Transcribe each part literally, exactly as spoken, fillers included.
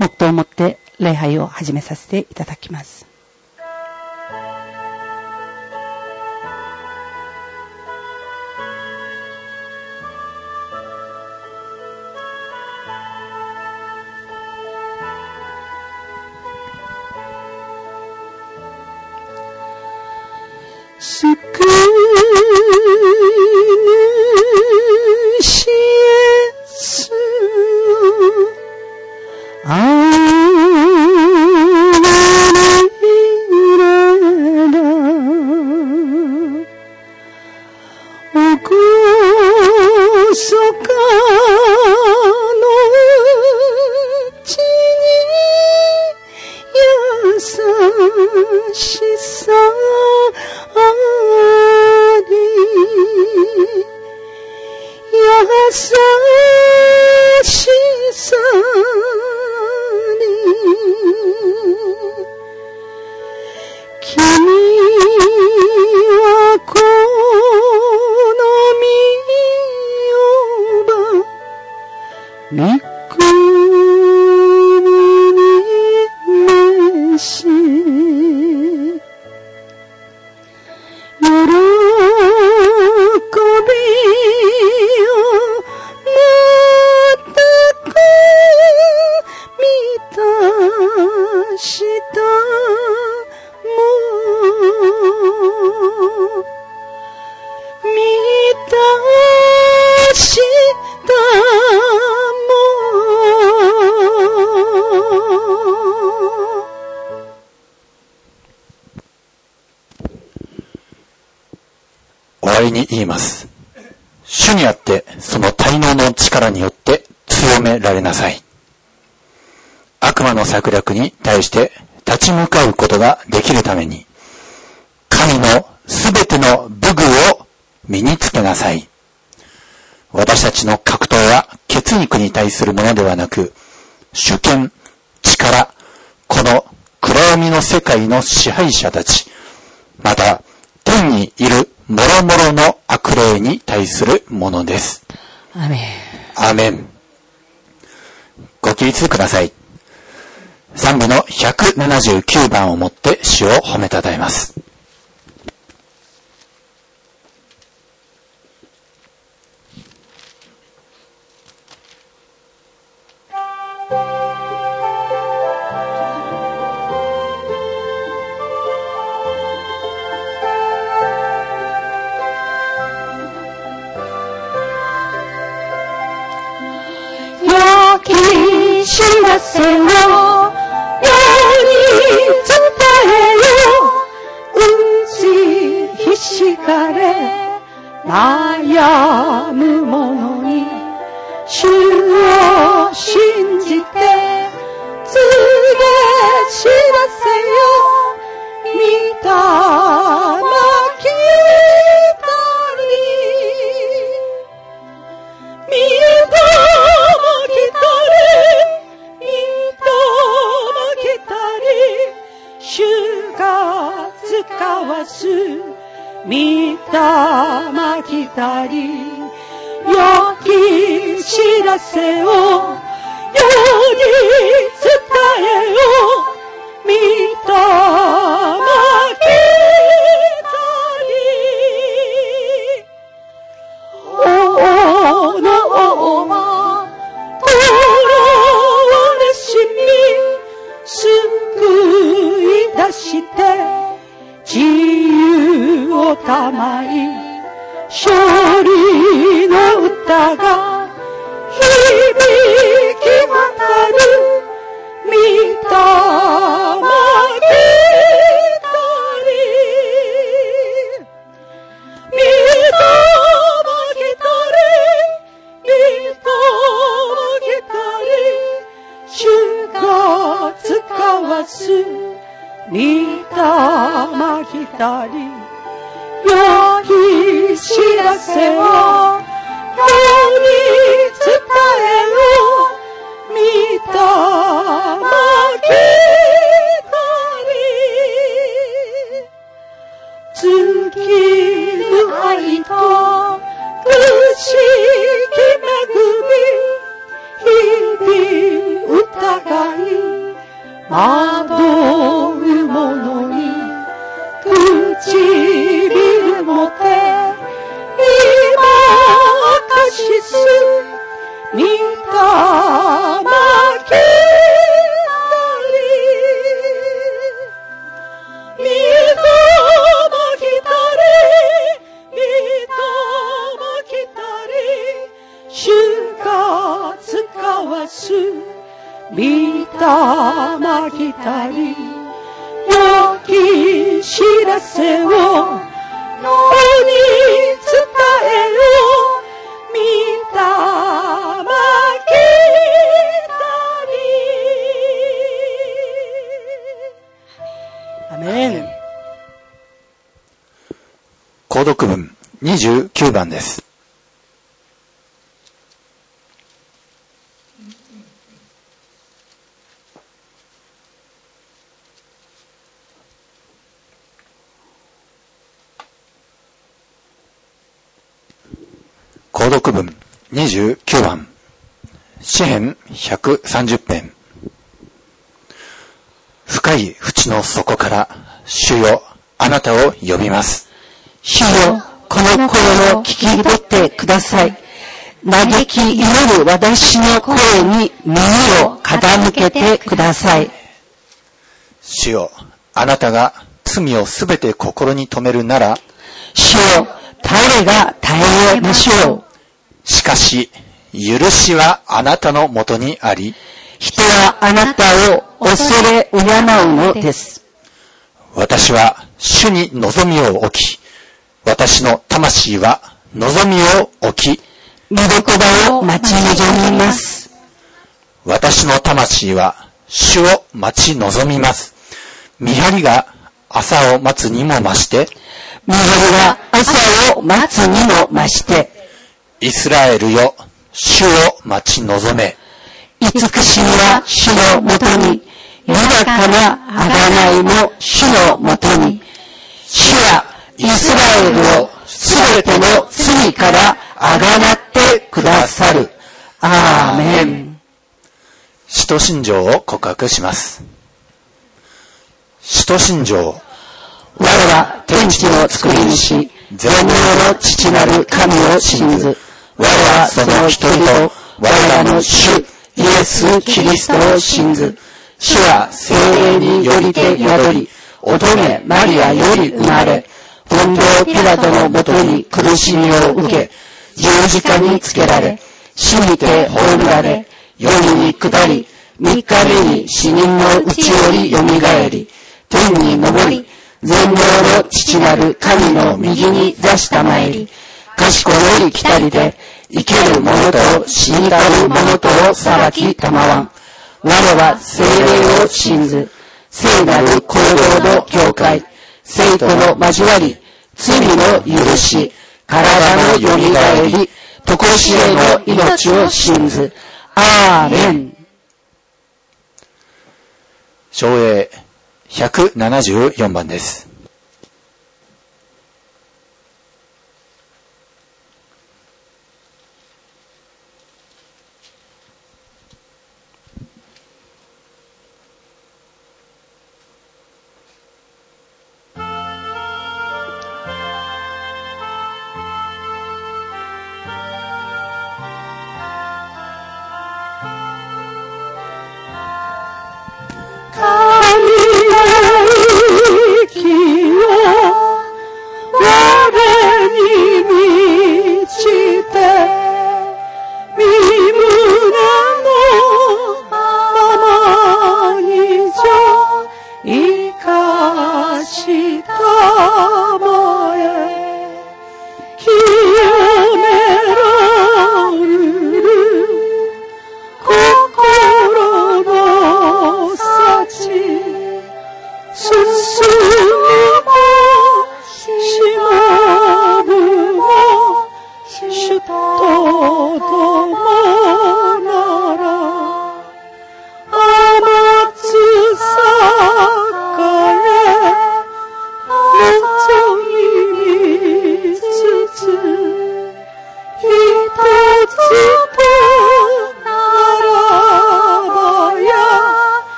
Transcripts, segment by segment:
黙祷をもって礼拝を始めさせていただきます。救い主イエスあに言います。主にあってその大能の力によって強められなさい。悪魔の策略に対して立ち向かうことができるために神のすべての武具を身につけなさい。私たちの格闘は血肉に対するものではなく、主権、力、この暗闇の世界の支配者たち、また天にいるもろもろの悪霊に対するものです。 アメン。 アメン。ご起立ください。賛美のひゃくななじゅうきゅうばんをもって主を褒めたたえます。 知らせを世に伝えよう。打ちひしがれ悩む者に主を信じて告げ知らせよ。御霊来たり御霊来た主が使わす御霊来たり良き知らせを世に伝えよう。御霊来たりおのまとろれしみ救い出して自由をたまい勝利の歌が響き渡る。御霊来たり御霊来たり御霊来たり主が使わす御霊来たり良き知らせを世に伝えよう。御霊来たり尽きぬ愛と苦しき恵み日々疑い惑う者に唇もて今かしす御霊きたり御霊きたり御霊きたり主が使わす御霊きたり良き知らせを世に伝えよ御霊きたり。アメン。 購読文にじゅうきゅうばんです。購読文にじゅうきゅうばん、詩編ひゃくさんじゅっぺん。深い淵の底から主よあなたを呼びます。 主よこの声を聞き取ってください。嘆き祈る私の声に耳を傾けてください。 主よあなたが罪をすべて心に留めるなら、 主よ誰が耐えましょう。 しかし許しはあなたのもとにあり、 人はあなたを恐れ敬うのです。 私は主に望みを置き、私の魂は望みを置き、 御言葉を待ち望みます。 私の魂は主を待ち望みます。見張りが朝を待つにも増して、 見張りが朝を待つにも増して、 イスラエルよ、主を待ち望め。 慈しみは主のもとに、豊かな贖いも主のもとに。主はイスラエルをすべての罪からあがなってくださる。アーメン。 使徒信条を告白します。使徒信条。 我は天地の作り主、全能の父なる神を信ず。我はその一人と我らの主イエス・キリストを信ず。主は聖霊によりて宿り、乙女マリアより生まれ、本領ピラトのもとに苦しみを受け、十字架につけられ、死にて葬られ、世に下り、三日目に死人のうちよりよみがえり、天に昇り、全能の父なる神の右に座したまえり、賢より来たりで、生ける者と死にたる者とを裁きたまわん。我は聖霊を信ず、聖なる行動の教会、聖徒の交わり、罪の許し、体のよみがえり、とこしえの命を信ず。アーメン。 唱詠ひゃくななじゅうよんばんです。 神の息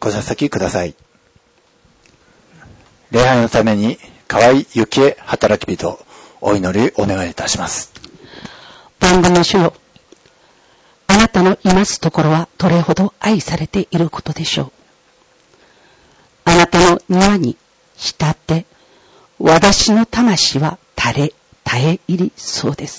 小座先ください。礼拝のために河合幸恵働き人、お祈りお願いいたします。 万軍の主よ、あなたのいますところはどれほど愛されていることでしょう。あなたの庭に浸って私の魂は垂れ絶え入りそうです。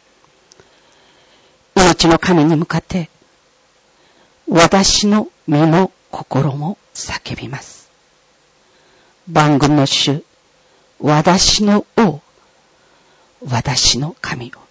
命の神に向かって私の身も心も叫びます。万軍の主、私の王、私の神よ。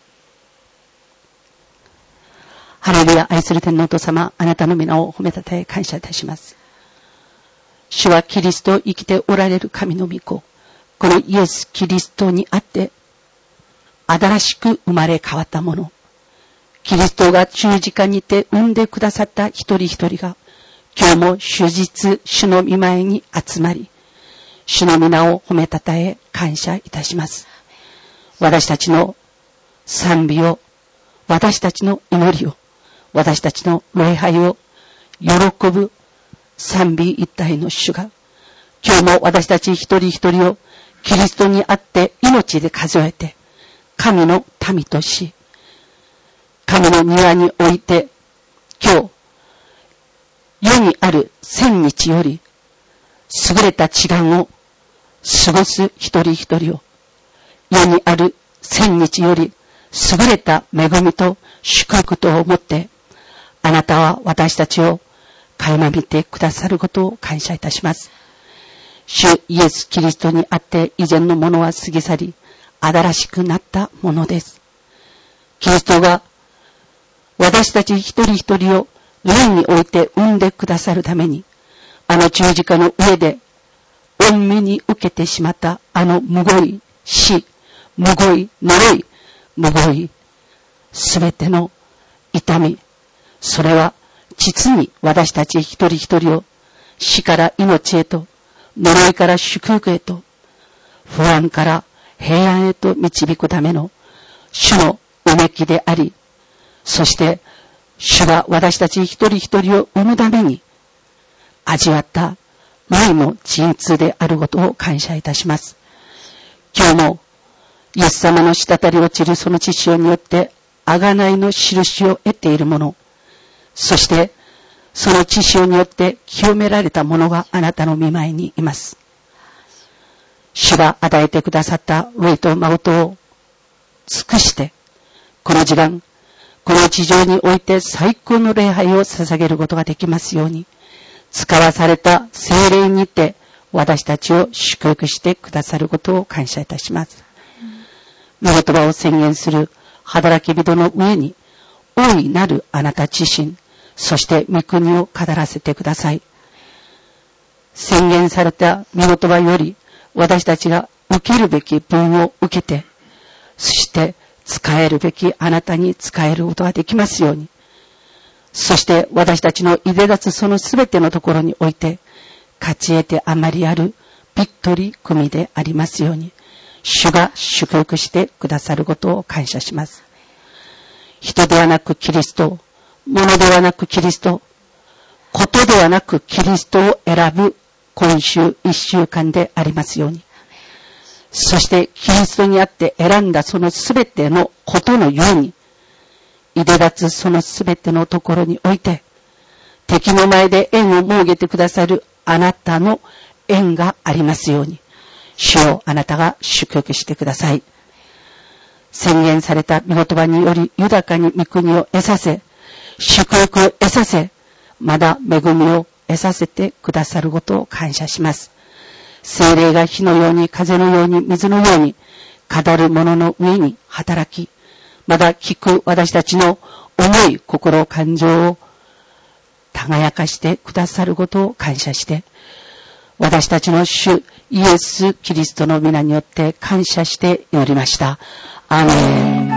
ハレルヤ。愛する天皇と様、あなたの皆を褒めたたえ感謝いたします。主はキリストを生きておられる神の御子、このイエス・キリストにあって新しく生まれ変わったもの、キリストが十字架にて産んでくださった一人一人が今日も主実、主の御前に集まり、主の皆を褒めたたえ感謝いたします。私たちの賛美を、私たちの祈りを、私たちの礼拝を喜ぶ賛美一体の主が、今日も私たち一人一人をキリストにあって命で数えて、神の民とし、神の庭において、今日、世にある千日より、優れた時間を過ごす一人一人を、世にある千日より、優れた恵みと祝福とをもって、あなたは私たちを垣間見てくださることを感謝いたします。主イエス・キリストにあって以前のものは過ぎ去り、新しくなったものです。キリストが私たち一人一人を霊において産んでくださるために、あの十字架の上で御身に受けてしまったあのむごい死、むごい呪い、むごいすべての痛み、それは実に私たち一人一人を死から命へと、呪いから祝福へと、不安から平安へと導くための主のうめきであり、そして主が私たち一人一人を生むために味わった前の陣痛であることを感謝いたします。今日もイエス様の滴り落ちるその血潮によって贖いの印を得ているもの、そしてその血潮によって清められたものがあなたの御前にいます。主が与えてくださった霊と誠を尽くして、この時間、この地上において最高の礼拝を捧げることができますように、使わされた聖霊にて私たちを祝福してくださることを感謝いたします。御言葉を宣言する働き人の上に、大いなるあなた自身、そして御国を語らせてください。宣言された御言葉より、私たちが受けるべき分を受けて、そして使えるべきあなたに使えることができますように。そして私たちのいで立つそのすべてのところにおいて、勝ち得てあまりあるビットリー組でありますように、主が祝福してくださることを感謝します。人ではなくキリスト、物ではなくキリスト、ことではなくキリストを選ぶ今週一週間でありますように。そしてキリストにあって選んだそのすべてのことのように、いで立つそのすべてのところにおいて、敵の前で縁を設けてくださるあなたの縁がありますように、主をあなたが祝福してください。宣言された御言葉により豊かに御国を得させ、祝福を得させ、まだ恵みを得させてくださることを感謝します。聖霊が火のように風のように水のように語る者の上に働き、まだ聞く私たちの思い、心、感情を輝かしてくださることを感謝して、私たちの主イエス・キリストの皆によって感謝して祈りました。アーメン。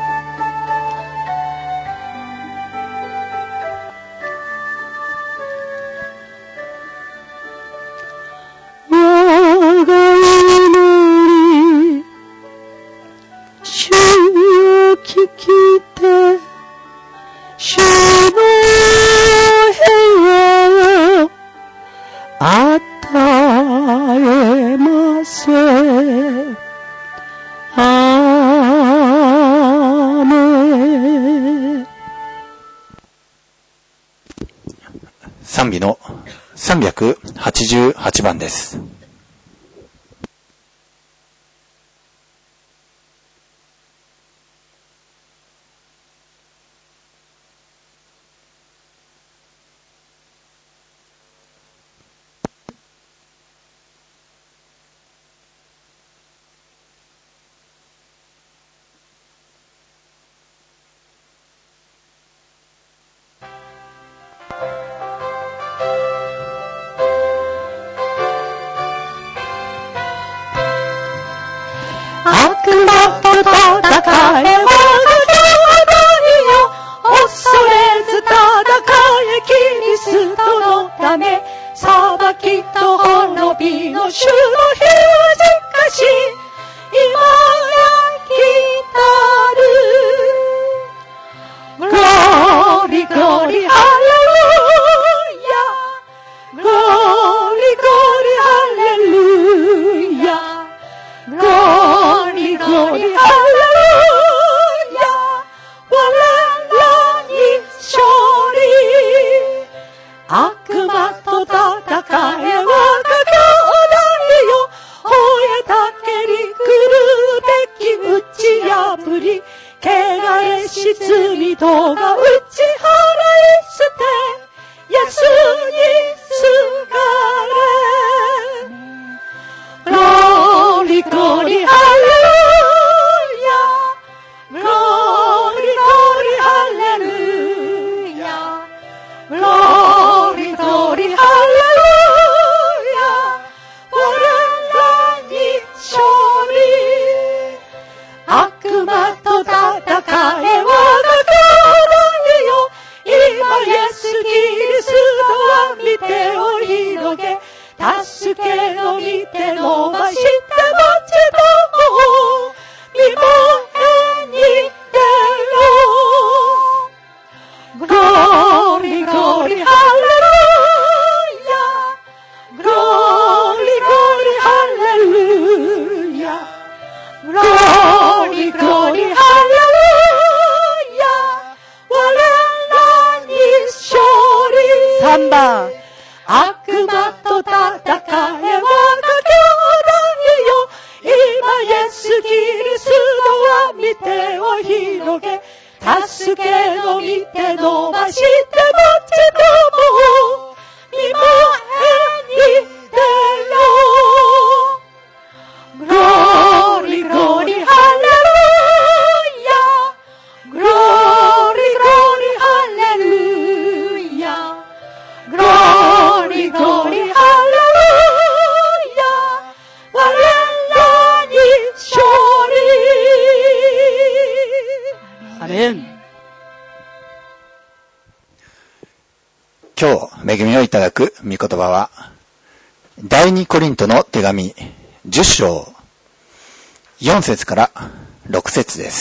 我が祈り、主を聞きて、主の平和を賛美のさんびゃくはちじゅうはちばんです。 悪魔と戦え我が兄弟よ、恐れず戦えキリストのため、裁きと滅びの主の日は近し今や来たる。グローリグローリハレルヤ、グローリグローリハレルヤ、グローリグローリハレルヤ、我らに勝利。悪魔と戦え我が兄弟よ、吠えたけり来る敵打ち破り、汚れし罪とが打ち払い捨て、安にすがれ。グローリグローリハレルヤ、グローリグローリハレルヤ、グローリグローリハレルヤ、我らに勝利。悪魔と戦え我が兄弟よ、今イエスキリストは御手を広げ、助けの御手伸ばして待ちども身もへに出よ。グローリグローリハレルヤ、グローリグローリハレルヤ、グローリグローリハレルヤ、我らに勝利。さんばん、悪魔と戦え我が兄弟よ、今イエスキリストは御手を広げ、助けの御手伸ばして待ちども身もへに出よ。グローリグローリハレルヤ、グローリグローリハレルヤ、グローリグローリハレルヤ、我らに勝利。アメン。 今日恵みをいただく御言葉は第二コリントの手紙じゅっしょうよんせつからろくせつです。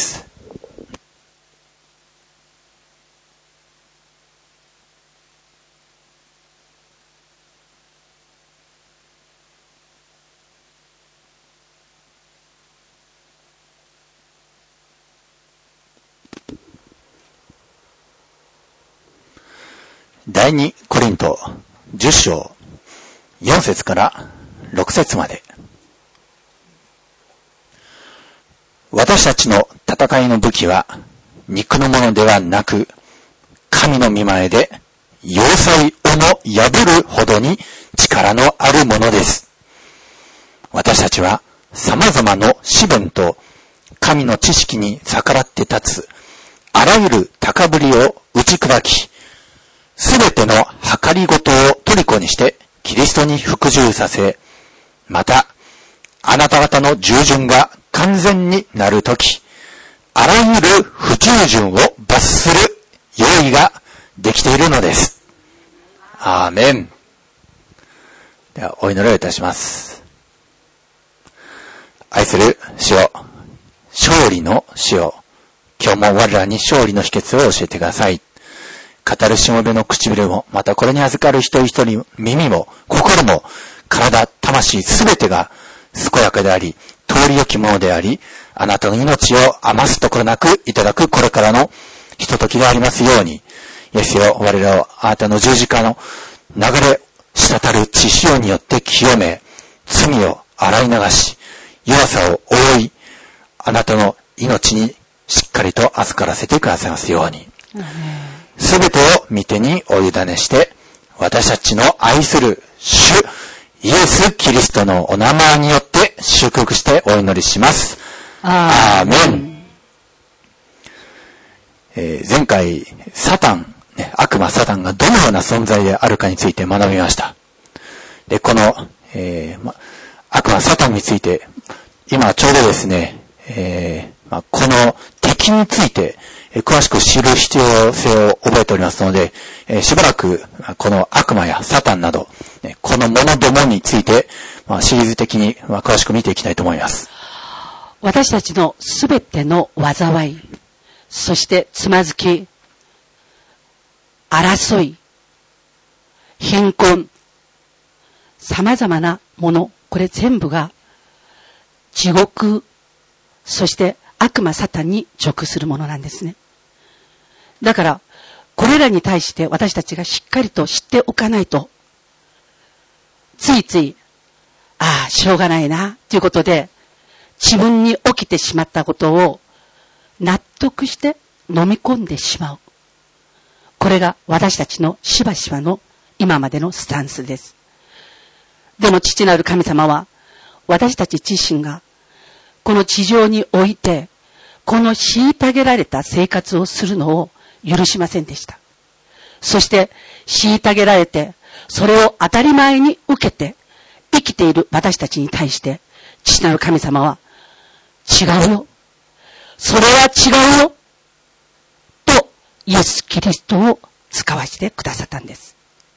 第二コリントじゅっしょうよんせつからろくせつまで。私たちの戦いの武器は肉のものではなく、神の御前で要塞をも破るほどに力のあるものです。私たちは様々の試練と神の知識に逆らって立つあらゆる高ぶりを打ち砕き、すべての計りごとを虜にしてキリストに服従させ、またあなた方の従順が完全になるとき、あらゆる不従順を罰する用意ができているのです。アーメン。ではお祈りをいたします。愛する主よ、勝利の主よ、今日も我らに勝利の秘訣を教えてください。語るしもべの唇も、またこれに預かる一人一人耳も心も体、魂すべてが健やかであり、通り良きものであり、あなたの命を余すところなくいただくこれからのひとときでありますように、イエスよ、我らをあなたの十字架の流れ滴る血潮によって清め、罪を洗い流し、弱さを覆い、あなたの命にしっかりと預からせてくださいますように。すべてを御手にお委ねして、私たちの愛する主イエス・キリストのお名前によって祝福してお祈りします。アーメン。えー、前回サタン、ね、悪魔サタンがどのような存在であるかについて学びました。で、この、えーま、悪魔サタンについて今ちょうどですね、えーま、この敵について詳しく知る必要性を覚えておりますので、えー、しばらくこの悪魔やサタンなど、ね、この者どもについて、まあ、シリーズ的に、まあ、詳しく見ていきたいと思います。 私たちのすべての災い、そしてつまずき、争い、貧困、様々なもの、これ全部が地獄、そして悪魔サタンに属するものなんですね。だから、これらに対して私たちがしっかりと知っておかないと、ついつい、ああ、しょうがないな、ということで、自分に起きてしまったことを納得して飲み込んでしまう。これが私たちのしばしばの今までのスタンスです。でも父なる神様は、私たち自身が、この地上において、この虐げられた生活をするのを許しませんでした。そして、虐げられて、それを当たり前に受けて、生きている私たちに対して、父なる神様は、違うよ。それは違うよ。と、イエス・キリストを使わせてくださったんです。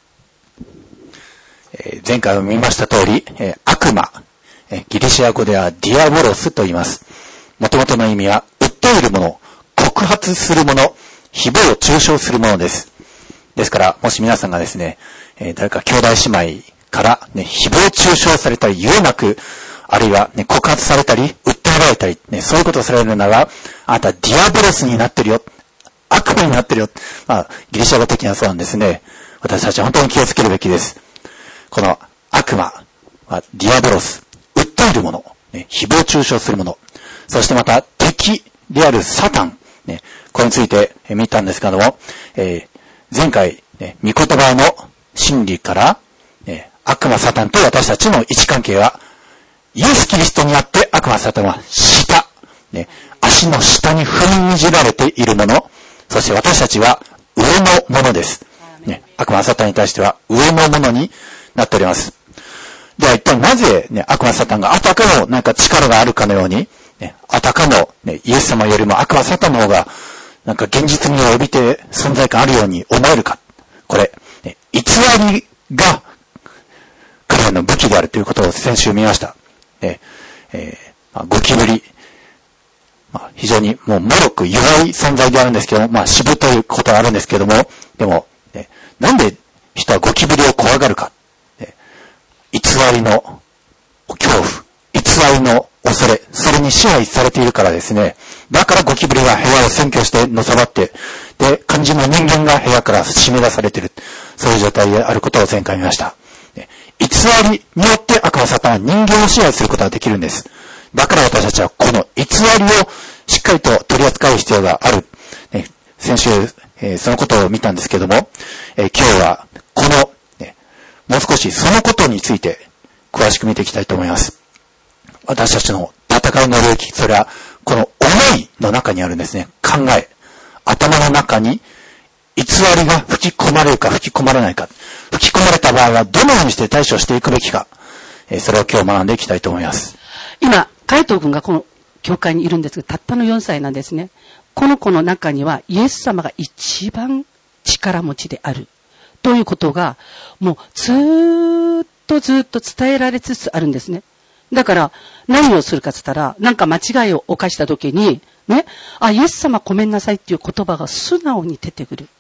えー、前回も見ました通り、えー、悪魔、えー、ギリシア語ではディアボロスと言います。もともとの意味は、訴えるもの、告発するもの、誹謗中傷するものです。ですから、もし皆さんがですね、えー、誰か兄弟姉妹から、ね、誹謗中傷されたり、言うなく、あるいは、ね、告発されたり、訴えられたり、ね、そういうことをされるなら、あなたディアボロスになってるよ。悪魔になってるよ。まあ、ギリシャ語的にはそうなんですね。私たちは本当に気をつけるべきです。この悪魔はディアボロス、訴えるもの、ね、誹謗中傷するもの、そしてまた敵であるサタン、ね、これについて見たんですけども、えー、前回、ね、御言葉の真理から、ね、悪魔サタンと私たちの位置関係は、イエス・キリストにあって悪魔サタンは下、ね、足の下に踏みにじられているもの、そして私たちは上のものです。ね、悪魔サタンに対しては上のものになっております。では一体なぜ、ね、悪魔サタンがあたかもなんか力があるかのように、ね、あたかも、ね、イエス様よりも悪魔サタンの方がなんか現実味を帯びて存在感あるように思えるか。これ、ね、偽りが彼らの武器であるということを先週見ました。えーまあ、ゴキブリ、まあ、非常にもう脆く弱い存在であるんですけども、まあ、しぶといことはあるんですけども、でも、ね、なんで人はゴキブリを怖がるか、ね、偽りの恐怖、偽りの恐れ、それに支配されているからですね。だからゴキブリが部屋を占拠してのさばって、で、肝心の人間が部屋から締め出されている、そういう状態であることを前回見ました。偽りによって悪魔サタンは人間を支配することができるんです。だから私たちはこの偽りをしっかりと取り扱う必要がある。ね、先週、えー、そのことを見たんですけども、えー、今日はこの、ね、もう少しそのことについて詳しく見ていきたいと思います。私たちの戦いの領域、それはこの思いの中にあるんですね。考え、頭の中に偽りが吹き込まれるか吹き込まれないか。吹き込まれた場合はどのようにして対処していくべきか。えー、それを今日学んでいきたいと思います。 今、海藤君がこの教会にいるんですが、たったのよんさいなんですね。この子の中にはイエス様が一番力持ちである。ということが、もうずーっとずーっと伝えられつつあるんですね。だから何をするかって言ったら、なんか間違いを犯した時に、ね、あ、イエス様ごめんなさいっていう言葉が素直に出てくる。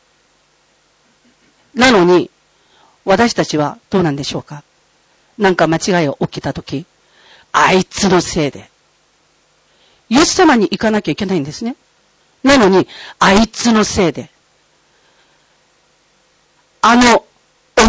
なのに、私たちはどうなんでしょうか。なんか間違いを起きたとき、あいつのせいで。イエス様に行かなきゃいけないんですね。なのに、あいつのせいで。あの女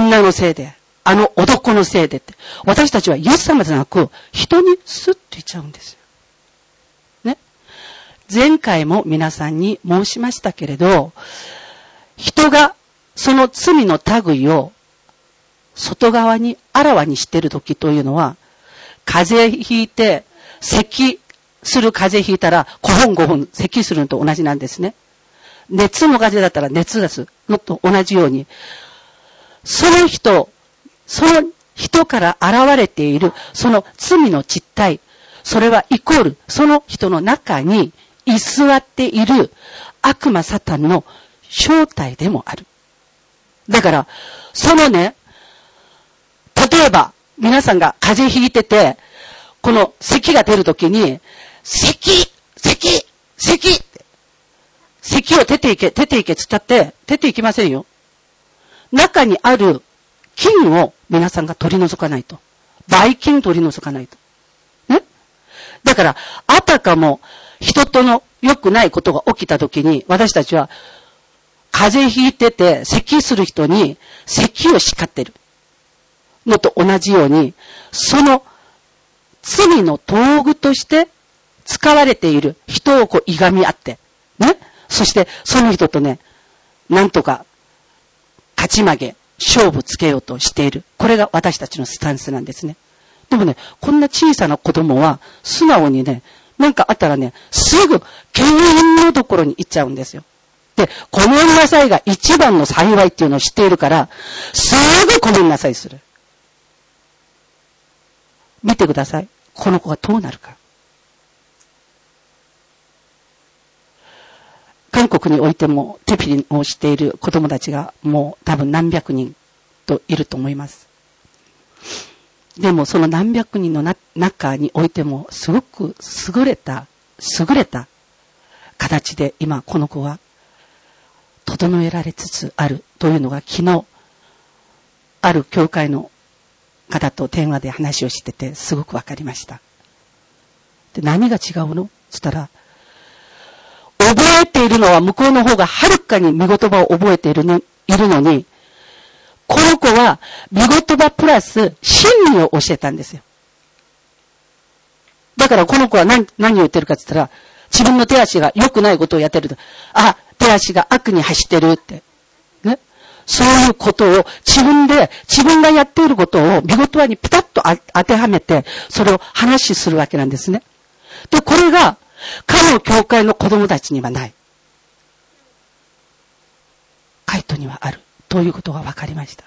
女のせいで、あの男のせいでって。私たちはイエス様じゃなく、人にスッと言っちゃうんですよ。ね。前回も皆さんに申しましたけれど、人がその罪の類を外側にあらわにしている時というのは、風邪ひいて、咳する風邪ひいたら、ごほんごほん咳するのと同じなんですね。熱の風邪だったら熱出すのと同じように、その人、その人から現れている、その罪の実態、それはイコール、その人の中に居座っている悪魔サタンの正体でもある。だから、そのね、例えば、皆さんが風邪ひいてて、この咳が出るときに、咳咳咳って、咳を出ていけ、出ていけつったって、出ていきませんよ。中にある菌を皆さんが取り除かないと。ばい菌取り除かないと。ね？だから、あたかも人との良くないことが起きたときに、私たちは、風邪ひいてて、咳する人に、咳を叱ってる。のと同じように、その罪の道具として使われている人をこういがみ合って、ね。そしてその人とね、なんとか勝ち負け、勝負つけようとしている。これが私たちのスタンスなんですね。でもね、こんな小さな子供は素直にね、なんかあったらね、すぐ敬遠のところに行っちゃうんですよ。で、ごめんなさいが一番の幸いっていうのを知っているから、すぐごめんなさいする。見てください。この子がどうなるか。韓国においてもテフィリンをしている子供たちがもう多分何百人といると思います。でもその何百人のな中においてもすごく優れた、優れた形で今この子は整えられつつあるというのが昨日ある教会の方と電話で話をしててすごくわかりました。で、何が違うの？つったら、覚えているのは向こうの方がはるかに見言葉を覚えているの、いるのに、この子は見言葉プラス真理を教えたんですよ。だからこの子は何、何を言ってるかって言ったら、自分の手足が良くないことをやってると、あ、手足が悪に走ってるって。ね。そういうことを自分で、自分がやっていることを見事にピタッと当てはめて、それを話するわけなんですね。で、これが、かの教会の子供たちにはない。カイトにはある。ということが分かりました。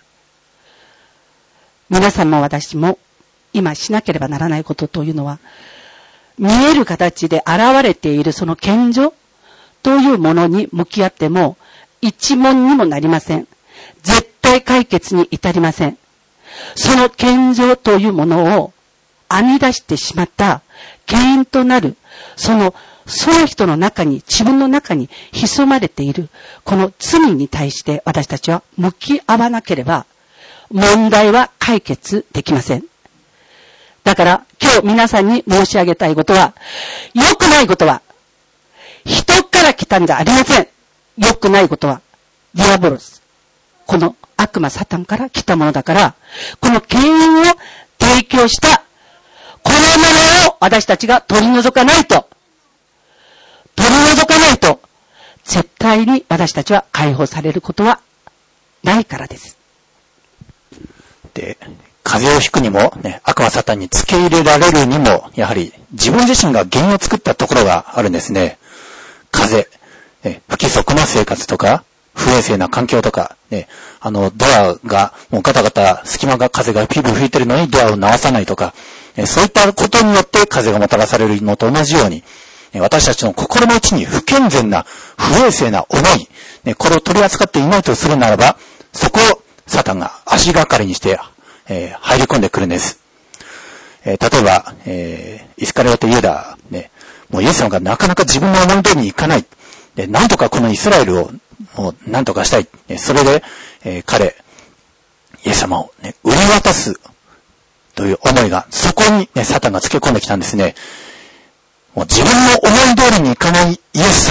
皆さんも私も、今しなければならないことというのは、見える形で現れているその現状というものに向き合っても、一問にもなりません。絶対解決に至りません。その現状というものを編み出してしまった原因となる、その、その人の中に、自分の中に潜まれている、この罪に対して私たちは向き合わなければ、問題は解決できません。だから今日皆さんに申し上げたいことは、良くないことは、人から来たんじゃありません。良くないことは、ディアボロス。この悪魔サタンから来たものだから、この原因を提供した、このものを私たちが取り除かないと、取り除かないと、絶対に私たちは解放されることはないからです。 で、風邪をひくにも、ね、悪魔サタンに付け入れられるにも、やはり自分自身が原因を作ったところがあるんですね。風邪、ね、不規則な生活とか、不衛生な環境とか、ね、あの、ドアが、もうガタガタ、隙間が風がピーブ吹いてるのにドアを直さないとか、ね、そういったことによって風がもたらされるのと同じように、ね、私たちの心の内に不健全な、不衛生な思い、ね、これを取り扱っていないとするならば、そこをサタンが足がかりにして、えー、入り込んでくるんです。えー、例えば、えー、イスカリオテ・ユダ、ね、もうイエス様がなかなか自分の思い通りにいかない。で、なんとかこのイスラエルを、もうなんとかしたい。ね、それで、えー、彼、イエス様を、ね、売り渡すという思いが、そこに、ね、サタンがつけ込んできたんですね。もう自分の思い通りにいかないイエス様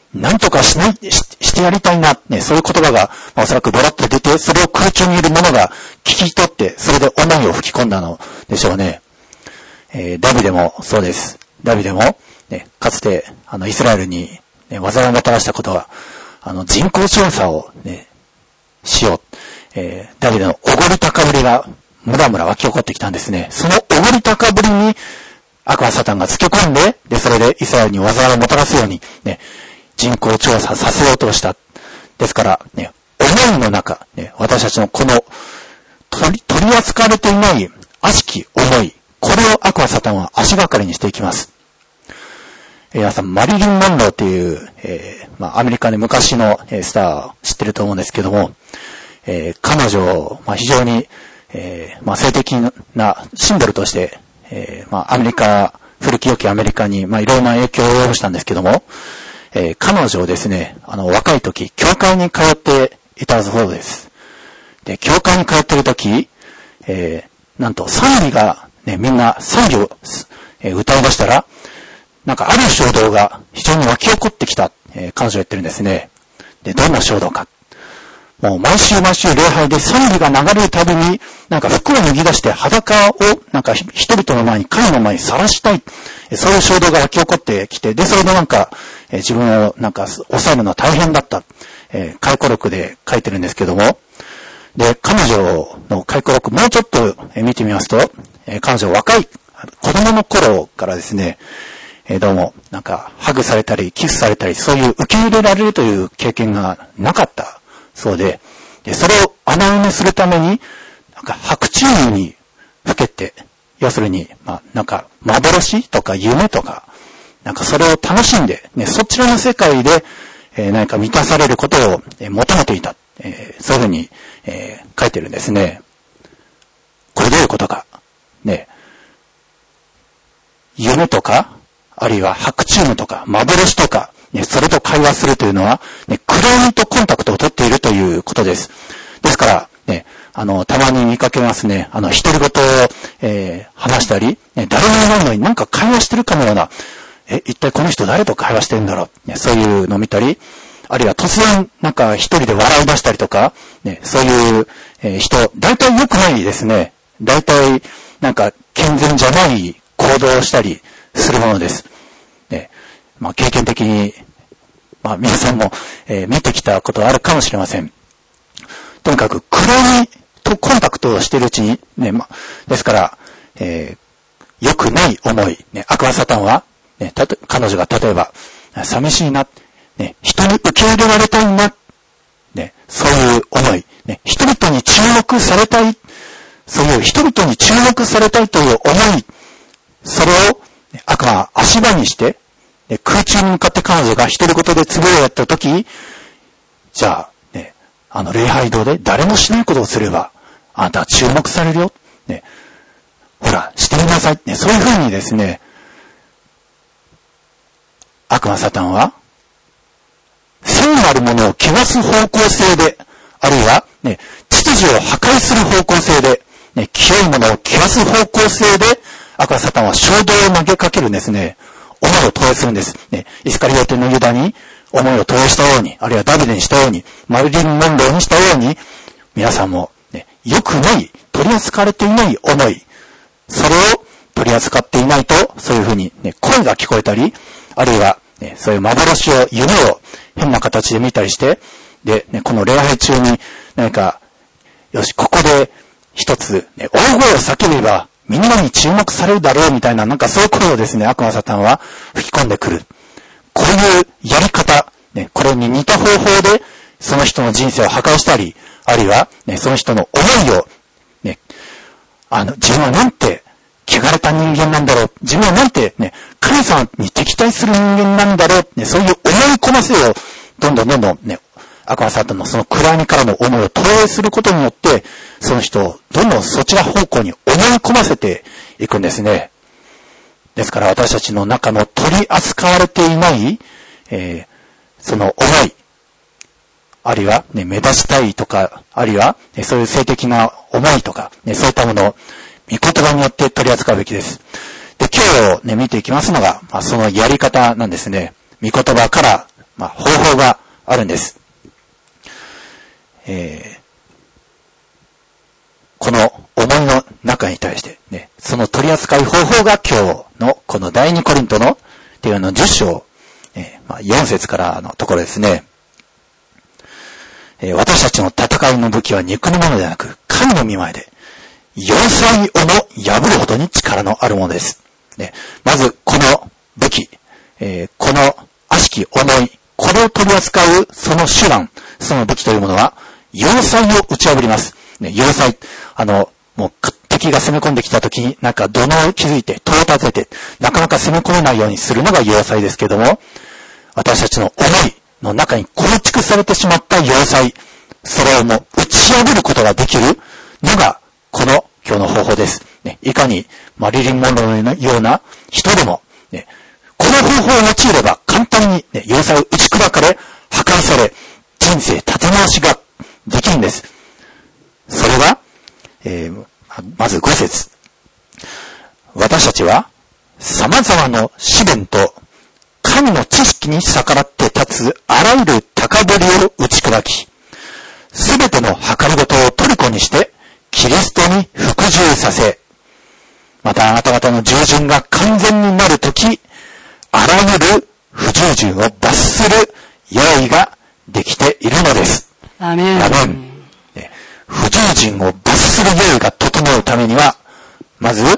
なんとかしない、し、してやりたいな、ね、そういう言葉が、まあ、おそらくボロッと出て、それを空中にいる者が聞き取って、それで思いを吹き込んだのでしょうね。えー、ダビデもそうです。ダビデも、ね、かつて、あの、イスラエルに、ね、災いをもたらしたことは、あの、人口調査を、ね、しよう。えー、ダビデのおごり高ぶりが、むらむら湧き起こってきたんですね。そのおごり高ぶりに、悪魔サタンがつけ込んで、で、それでイスラエルに災いをもたらすように、ね、人口調査させようとした。ですから、ね、思いの中、ね、私たちのこの、取り、取り扱われていない悪しき思い、これを悪魔サタンは足がかりにしていきます。えー、皆さん、マリリン・モンローという、えー、まあ、アメリカで昔の、えー、スターを知ってると思うんですけども、えー、彼女、まあ、非常に、えー、まあ、性的なシンボルとして、えー、まあ、アメリカ、古き良きアメリカに、まあ、いろんな影響を及ぼしたんですけども、えー、彼女をですね、あの、若い時、教会に通っていたそうです。で、教会に通っている時、えー、なんと賛美が、ね、みんな賛美を、えー、歌い出したら、なんかある衝動が非常に湧き起こってきた、えー、彼女は言ってるんですね。で、どんな衝動か。もう毎週毎週礼拝で賛美が流れるたびに、なんか服を脱ぎ出して裸を、なんか人々の前に、神の前に晒したい。そういう衝動が湧き起こってきて、で、それでなんか、えー、自分をなんか抑えるのは大変だった。えー、回顧録で書いてるんですけども、で、彼女の回顧録もうちょっと見てみますと、えー、彼女若い子供の頃からですね、えー、どうも、なんか、ハグされたり、キスされたり、そういう受け入れられるという経験がなかったそうで、でそれを穴埋めするために、なんか白昼夢にふけて、要するに、まあ、なんか、幻とか夢とか、なんかそれを楽しんで、ね、そちらの世界で、えー、何か満たされることを、えー、求めていた。えー、そういうふうに、えー、書いてるんですね。これどういうことか。ね、夢とか、あるいは白昼夢とか、幻とか、ね、それと会話するというのは、ね、暗闇とコンタクトを取っているということです。ですから、ね、あの、たまに見かけますね。あの、独り言を、えー、話したり、ね、誰もいないのになんか会話してるかのような、え、一体この人誰と会話してるんだろう、ね、そういうのを見たり、あるいは突然なんか一人で笑い出したりとか、ね、そういう、えー、人、大体良くないですね。大体なんか健全じゃない行動をしたりするものです。ね、まあ経験的に、まあ皆さんも、えー、見てきたことはあるかもしれません。とにかく暗闇とコンタクトをしているうちに、ね、まあ、ですから、えー、良くない思い、ね、悪魔サタンは、ね、たと彼女が例えば、寂しいな、ね、人に受け入れられたいな、ね、そういう思い、ね、人々に注目されたい、そういう人々に注目されたいという思い、それを、ね、悪魔は足場にして、ね、空中に向かって彼女が独り言でつぶやいたとき、じゃあ、ね、あの礼拝堂で誰もしないことをすれば、あなたは注目されるよ。ね、ほら、してみなさい。ね、そういうふうにですね、悪魔サタンは、聖なるものを汚す方向性で、あるいは、ね、秩序を破壊する方向性で、ね、清いものを汚す方向性で、悪魔サタンは衝動を投げかけるんですね。思いを投影するんです。ね、イスカリオテのユダに思いを投影したように、あるいはダビデにしたように、マリリン・モンローにしたように、皆さんも、ね、良くない、取り扱われていない思い、それを取り扱っていないと、そういうふうに、ね、声が聞こえたり、あるいは、ね、そういう幻を、夢を変な形で見たりして、で、ね、この礼拝中に何か、よし、ここで一つ、ね、大声を叫べばみんなに注目されるだろうみたいな、なんかそういう声をですね、悪魔サタンは吹き込んでくる。こういうやり方、ね、これに似た方法でその人の人生を破壊したり、あるいは、ね、その人の思いを、ね、あの、自分はなんて、汚れた人間なんだろう。自分はなんてね、神様に敵対する人間なんだろう。ね、そういう思い込ませを、どんどんどんどんね、悪魔サタンのその暗闇からの思いを投影することによって、その人をどんどんそちら方向に思い込ませていくんですね。ですから私たちの中の取り扱われていない、えー、その思い、あるいは、ね、目立ちたいとか、あるいは、ね、そういう性的な思いとか、ね、そういったものを、御言葉によって取り扱うべきです。で、今日ね、見ていきますのが、まあ、そのやり方なんですね。御言葉からまあ、方法があるんです。えー、この思いの中に対してね、その取り扱い方法が今日のこの第二コリントの手紙のじゅっ章、えーまあ、よん節からのところですね。えー、私たちの戦いの武器は肉のものではなく、神の御前で、要塞をも破るほどに力のあるものです。ね、まず、この武器、えー、この悪しき思い、これを取り扱うその手段、その武器というものは、要塞を打ち破ります。ね、要塞、あの、もう敵が攻め込んできた時に、なんか土のを築いて、戸を立てて、なかなか攻め込めないようにするのが要塞ですけども、私たちの思いの中に構築されてしまった要塞、それをもう打ち破ることができるのが、この今日の方法です。ね、いかにマリリン・モンローのような人でも、ね、この方法を用いれば簡単に、ね、要塞を打ち砕かれ、破壊され、人生立て直しができるんです。それが、えー、まずご節。私たちは様々な試練と神の知識に逆らって立つあらゆる高ぶりを打ち砕き、すべての計りごとを虜にしてキリストに服従させ、またあなた方の従順が完全になるとき、あらゆる不従順を罰する用意ができているのです。 アメン。 アメン。不従順を罰する用意が整うためには、まず、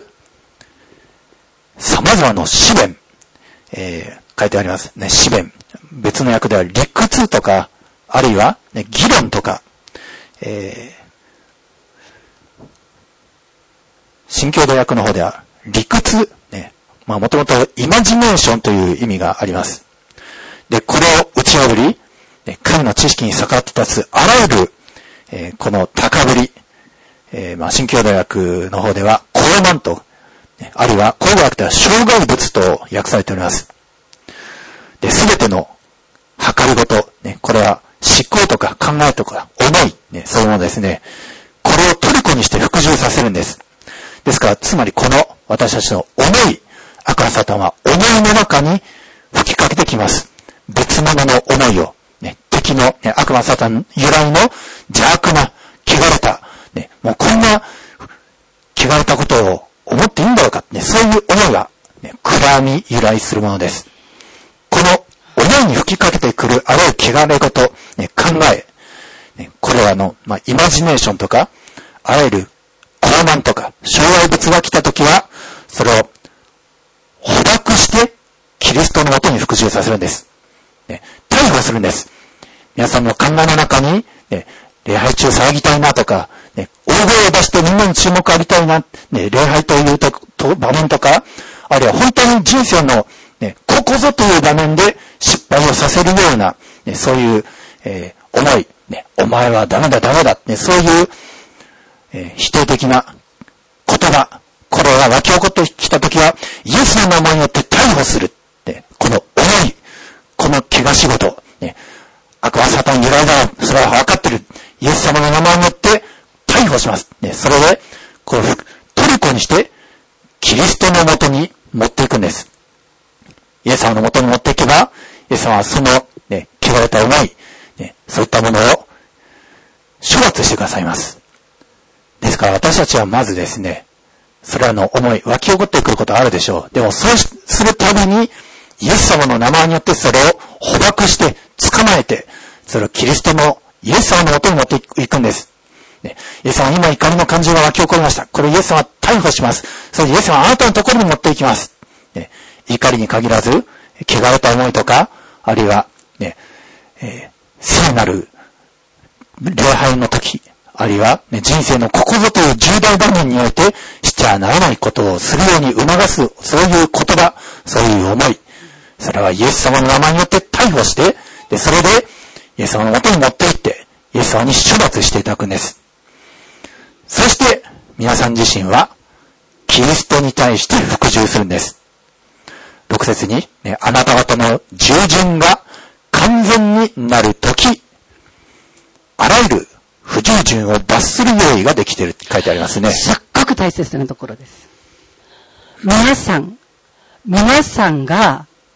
様々な試練、えー、書いてありますね。試練。別の訳では理屈とか、あるいは、ね、議論とか、えー、新共同訳の方では理屈、ね、まあもともとイマジネーションという意味があります。で、これを打ち破り、ね、神の知識に逆らって立つあらゆるえー、この高ぶり、えー、まあ、新共同訳の方では、高慢と、ね、あるいは、口語訳では、障害物と訳されております。で、すべての、計りごと、ね、これは、思考とか考えとか、思い、ね、そういうものですね。これを虜にして服従させるんです。ですから、つまりこの、私たちの思い、悪魔サタンは、思いの中に吹きかけてきます。別物の思いを。ね、敵の、ね、悪魔サタン由来の邪悪な、汚れた、ね、もうこんな、汚れたことを思っていいんだろうか、ね、そういう思いが、ね、暗闇由来するものです。この思いに吹きかけてくるあらゆる汚れ事、ね、考え、ね、これはあの、まあ、イマジネーションとか、あらゆる傲慢とか、障害物が来たときは、それを捕獲して、キリストのもとに服従させるんです。ね、逮捕するんです。皆さんの考えの中に、ね、礼拝中騒ぎたいなとか、ね、大声を出してみんなに注目を浴びたいな、ね、礼拝というとと場面とか、あるいは本当に人生の、ね、ここぞという場面で失敗をさせるような、ね、そういう、えー、思い、ね、お前はダメだダメだ、ね、そういう、えー、否定的な言葉、これが湧き起こってきたときは、イエスの名前によって逮捕する、ね、この思い、この怪我仕事、ね、悪魔サタン由来だ、それは分かってる。イエス様の名前によって逮捕します。ね、それで、こう、虜にして、キリストのもとに持っていくんです。イエス様のもとに持っていけば、イエス様はその、ね、汚れた思い、ね、そういったものを処罰してくださいます。ですから私たちはまずですね、それらの思い、湧き起こってくることはあるでしょう。でもそうするたびに、イエス様の名前によってそれを捕獲して、捕まえて、それをキリストのイエス様のもとに持っていくんです。ね、イエス様は今怒りの感情が湧き起こりました。これイエス様は逮捕します。それでイエス様はあなたのところに持っていきます。ね、怒りに限らず、汚れた思いとか、あるいは、ね、えー、聖なる礼拝の時、あるいは、ね、人生のここぞという重大場面において、しちゃならないことをするように促す、そういう言葉、そういう思い、それはイエス様の名前によって逮捕して、で、それで、イエス様のもとに持って行って、イエス様に処罰していただくんです。そして、皆さん自身は、キリストに対して服従するんです。ろく節に、ね、あなた方の従順が完全になるとき、あらゆる不従順を罰する用意ができているって書いてありますね。 すっごく大切なところです。皆さん、皆さんが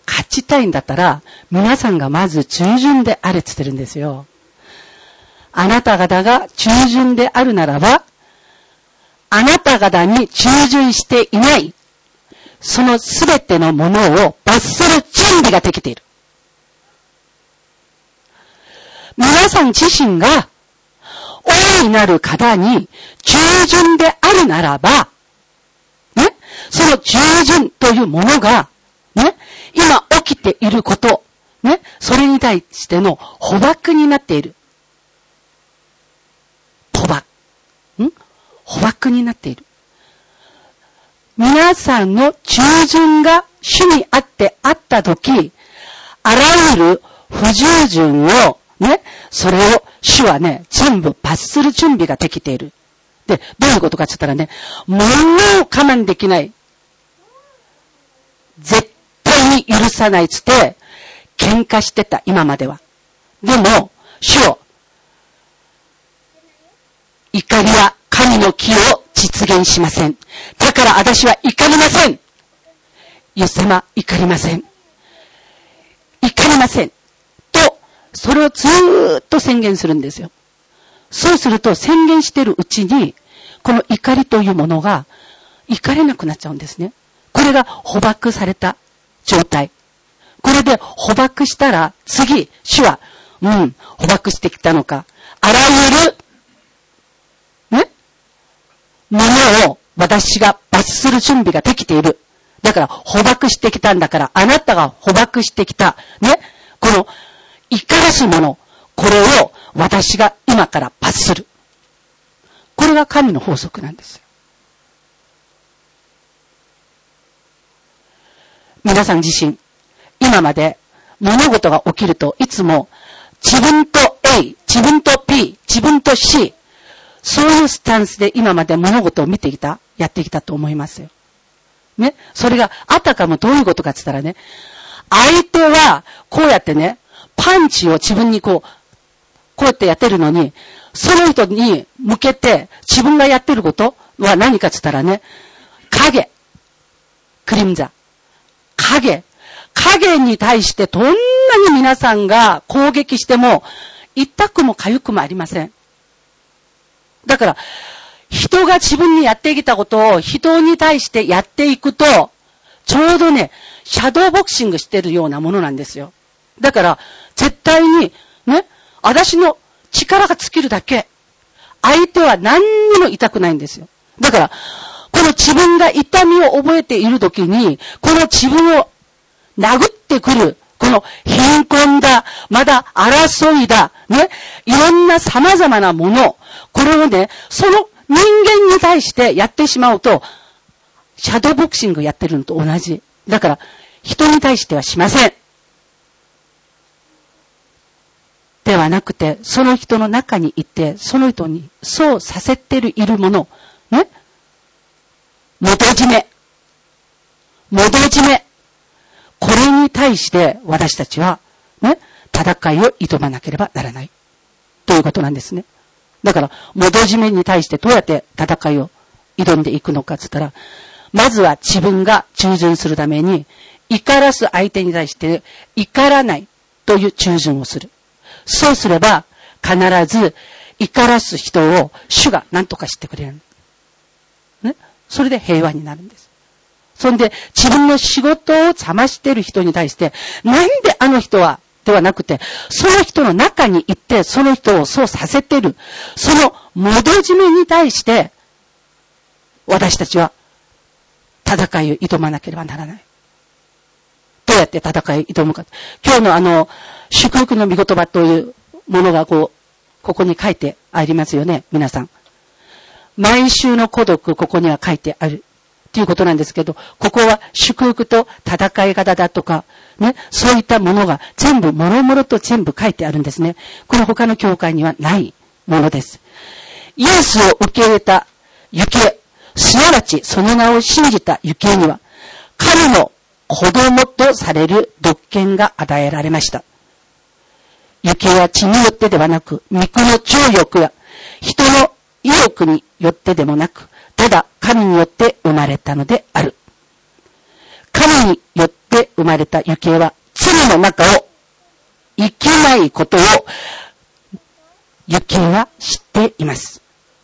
勝ちたいんだったら、皆さんがまず従順であれって言ってるんですよ。あなた方が従順であるならば、あなた方に従順していない、そのすべてのものを罰する準備ができている。皆さん自身が大いなる方に従順であるならば、ね、その従順というものが、ね、今起きていること、ね、それに対しての捕獲になっている。捕獲。ん捕獲になっている。皆さんの従順が主にあってあったとき、あらゆる不従順を、ね、それを主はね、全部罰する準備ができている。で、どういうことかって言ったらね、ものを我慢できない。絶対に許さないっつって、喧嘩してた、今までは。でも、主よ、怒りは神の義を実現しません。だから私は怒りません。イエス様、怒りません。怒りません。と、それをずーっと宣言するんですよ。そうすると宣言してるうちに、この怒りというものが怒れなくなっちゃうんですね。これが捕獲された状態。これで捕獲したら次、主は、うん、捕獲してきたのか。あらゆる、ね、ものを私が罰する準備ができている。だから捕獲してきたんだから、あなたが捕獲してきた、ね、この怒らすもの、これを私が今から罰する。これが神の法則なんですよ。皆さん自身、今まで物事が起きるといつも自分と A、自分と B、自分と C、そういうスタンスで今まで物事を見てきた、やってきたと思いますよ。ね。それがあたかもどういうことかって言ったらね、相手はこうやってね、パンチを自分にこう、こうやってやってるのに、その人に向けて自分がやってることは何かって言ったらね、影、クリムザ、影、影に対してどんなに皆さんが攻撃しても、痛くも痒くもありません。だから、人が自分にやってきたことを人に対してやっていくと、ちょうどね、シャドーボクシングしてるようなものなんですよ。だから、絶対に、ね、私の力が尽きるだけ、相手は何にも痛くないんですよ。だから、この自分が痛みを覚えているときに、この自分を殴ってくる、この貧困だ、まだ争いだ、ね、いろんな様々なもの、これをね、その人間に対してやってしまうと、シャドーボクシングやってるのと同じ。だから、人に対してはしません。ではなくて、その人の中にいて、その人にそうさせているもの、ね、元締め、元締め、これに対して私たちは、ね、戦いを挑まなければならない。ということなんですね。だから、元締めに対してどうやって戦いを挑んでいくのかって言ったら、まずは自分が従順するために、怒らす相手に対して怒らないという従順をする。そうすれば、必ず怒らす人を主が何とかしてくれる。ね。それで平和になるんです。そんで、自分の仕事を邪魔している人に対して、なんであの人は、ではなくて、その人の中に行って、その人をそうさせてる。その元締めに対して、私たちは戦いを挑まなければならない。どうやって戦いを挑むか。今日のあの、祝福の御言葉というものがこう、ここに書いてありますよね、皆さん。毎週の孤独、ここには書いてある。ということなんですけど、ここは祝福と戦い方だとか、ね、そういったものが全部、もろもろと全部書いてあるんですね。これ他の教会にはないものです。イエスを受け入れた行方、すなわちその名を信じた行方には、神の子供とされる独権が与えられました。行方は血によってではなく、肉の情欲や人の意欲によってでもなく、ただ神によって生まれたのである。神によってって生まれた行方は、罪の中を生きないことを、行方は知っています。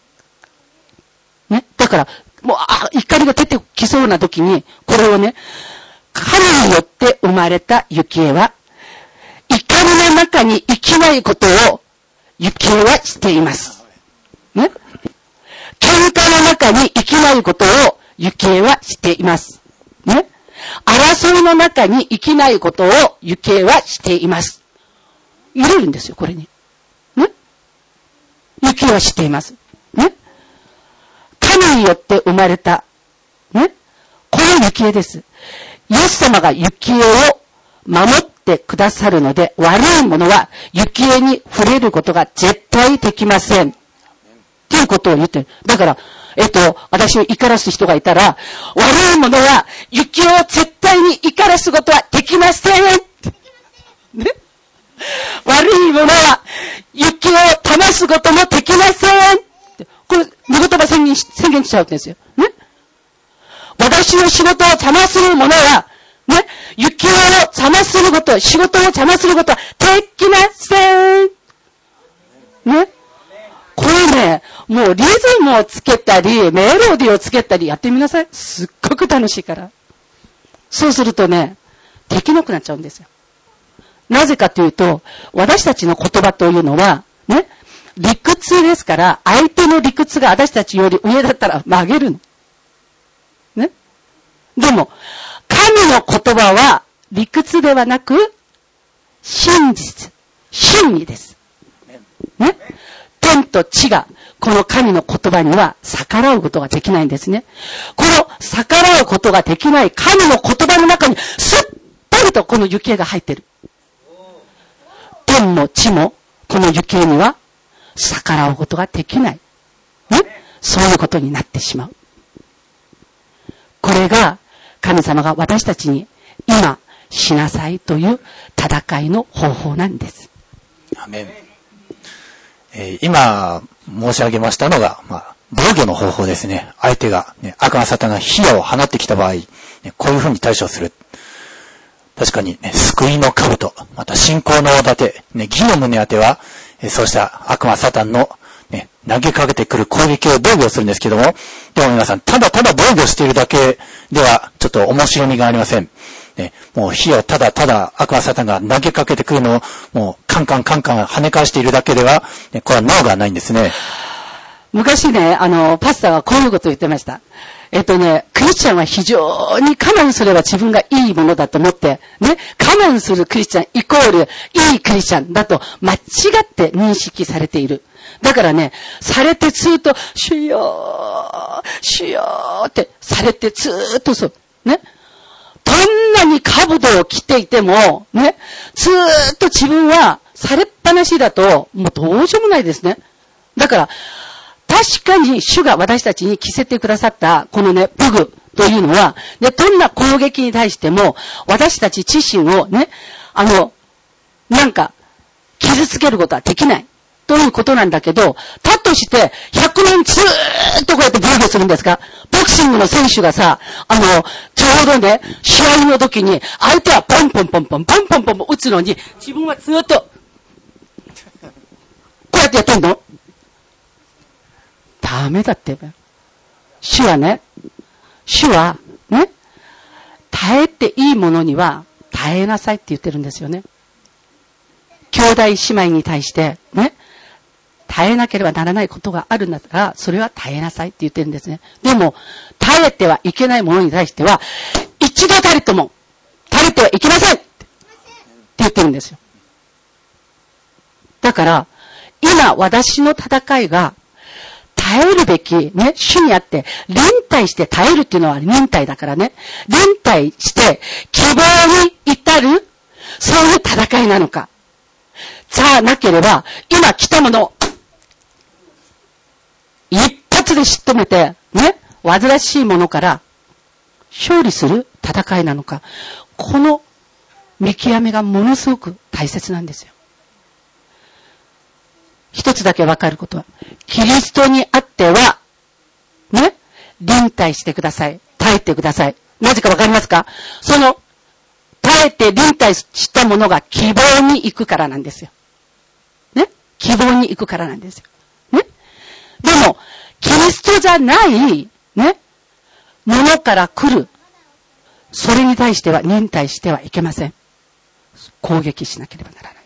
ね。だから、もう、あ、怒りが出てきそうな時に、これをね、神によって生まれた行方は、怒りの中に生きないことを、行方はしています。ね。喧嘩の中に生きないことを、行方はしています。ね。争いの中に生きないことを、行方はしています。入れるんですよ、これに。ね。行方はしています。ね。神によって生まれた、ね。この行方です。イエス様が行方を守ってくださるので、悪いものは行方に触れることが絶対できません。っていうことを言ってる。だから、えっと、私を怒らす人がいたら、悪いものは行方を絶対に怒らすことはできません。ね。悪いものは行方を騙すこともできません。これ、見言葉宣言し、宣言しちゃうんですよ。ね。私の仕事を邪魔する者は、ね、行方を邪魔すること、仕事を邪魔することはできません。ね。これね、もうリズムをつけたり、メロディーをつけたりやってみなさい。すっごく楽しいから。そうするとね、できなくなっちゃうんですよ。なぜかというと、私たちの言葉というのは、ね、理屈ですから、相手の理屈が私たちより上だったら曲げるの。ね。でも、神の言葉は理屈ではなく、真実、真理です。ね。天と地が、この神の言葉には逆らうことができないんですね。この逆らうことができない神の言葉の中に、すっぽりとこの行方が入ってる。天も地も、この行方には逆らうことができない。ね。そういうことになってしまう。これが、神様が私たちに今しなさいという戦いの方法なんです。 アメン。えー、今申し上げましたのが、まあ、防御の方法ですね。相手が、ね、悪魔サタンが火を放ってきた場合、ね、こういうふうに対処する。確かに、ね、救いの兜、また信仰の大盾、ね、義の胸当ては、えー、そうした悪魔サタンのね、投げかけてくる攻撃を防御するんですけども、でも皆さん、ただただ防御しているだけでは、ちょっと面白みがありません。ね、もう火をただただ悪魔サタンが投げかけてくるのを、もうカンカンカンカン跳ね返しているだけでは、ね、これは脳がないんですね。 昔ね、あの、パスタがこういうことを言ってました。えっとね、クリスチャンは非常に我慢すれば自分がいいものだと思って、ね、我慢するクリスチャンイコールいいクリスチャンだと間違って認識されている。だからね、されてずっと、主よー、主よーってされてずーっとそう、ね。どんなに兜を着ていても、ね、ずーっと自分はされっぱなしだと、もうどうしようもないですね。だから、確かに主が私たちに着せてくださったこのね、武具というのは、ね、どんな攻撃に対しても私たち自身をね、あの、なんか傷つけることはできないということなんだけど、だとしてひゃくねんずーっとこうやって防御するんですか？ボクシングの選手がさ、あの、ちょうどね、試合の時に相手はポンポンポンポンポンポンポンポン打つのに、自分はずーっとこうやってやってんの？ダメだって。主はね、主はね、耐えていいものには耐えなさいって言ってるんですよね。兄弟姉妹に対してね、耐えなければならないことがあるんだったら、それは耐えなさいって言ってるんですね。でも、耐えてはいけないものに対しては、一度たりとも耐えてはいけませんって言ってるんですよ。だから、今私の戦いが、耐えるべき、ね、主にあって、忍耐して耐えるっていうのは忍耐だからね。忍耐して、希望に至る、そういう戦いなのか。さあなければ、今来たものを、一発で仕留めて、ね、煩わしいものから勝利する戦いなのか。この見極めがものすごく大切なんですよ。一つだけわかることは、キリストにあっては、ね、忍耐してください。耐えてください。なぜかわかりますか？その、 えて臨退したものが希望に行くからなんですよ。ね。希望に行くからなんですよ。ね。でも、キリストじゃない、ね、ものから来る。それに対しては忍耐してはいけません。攻撃しなければならないです。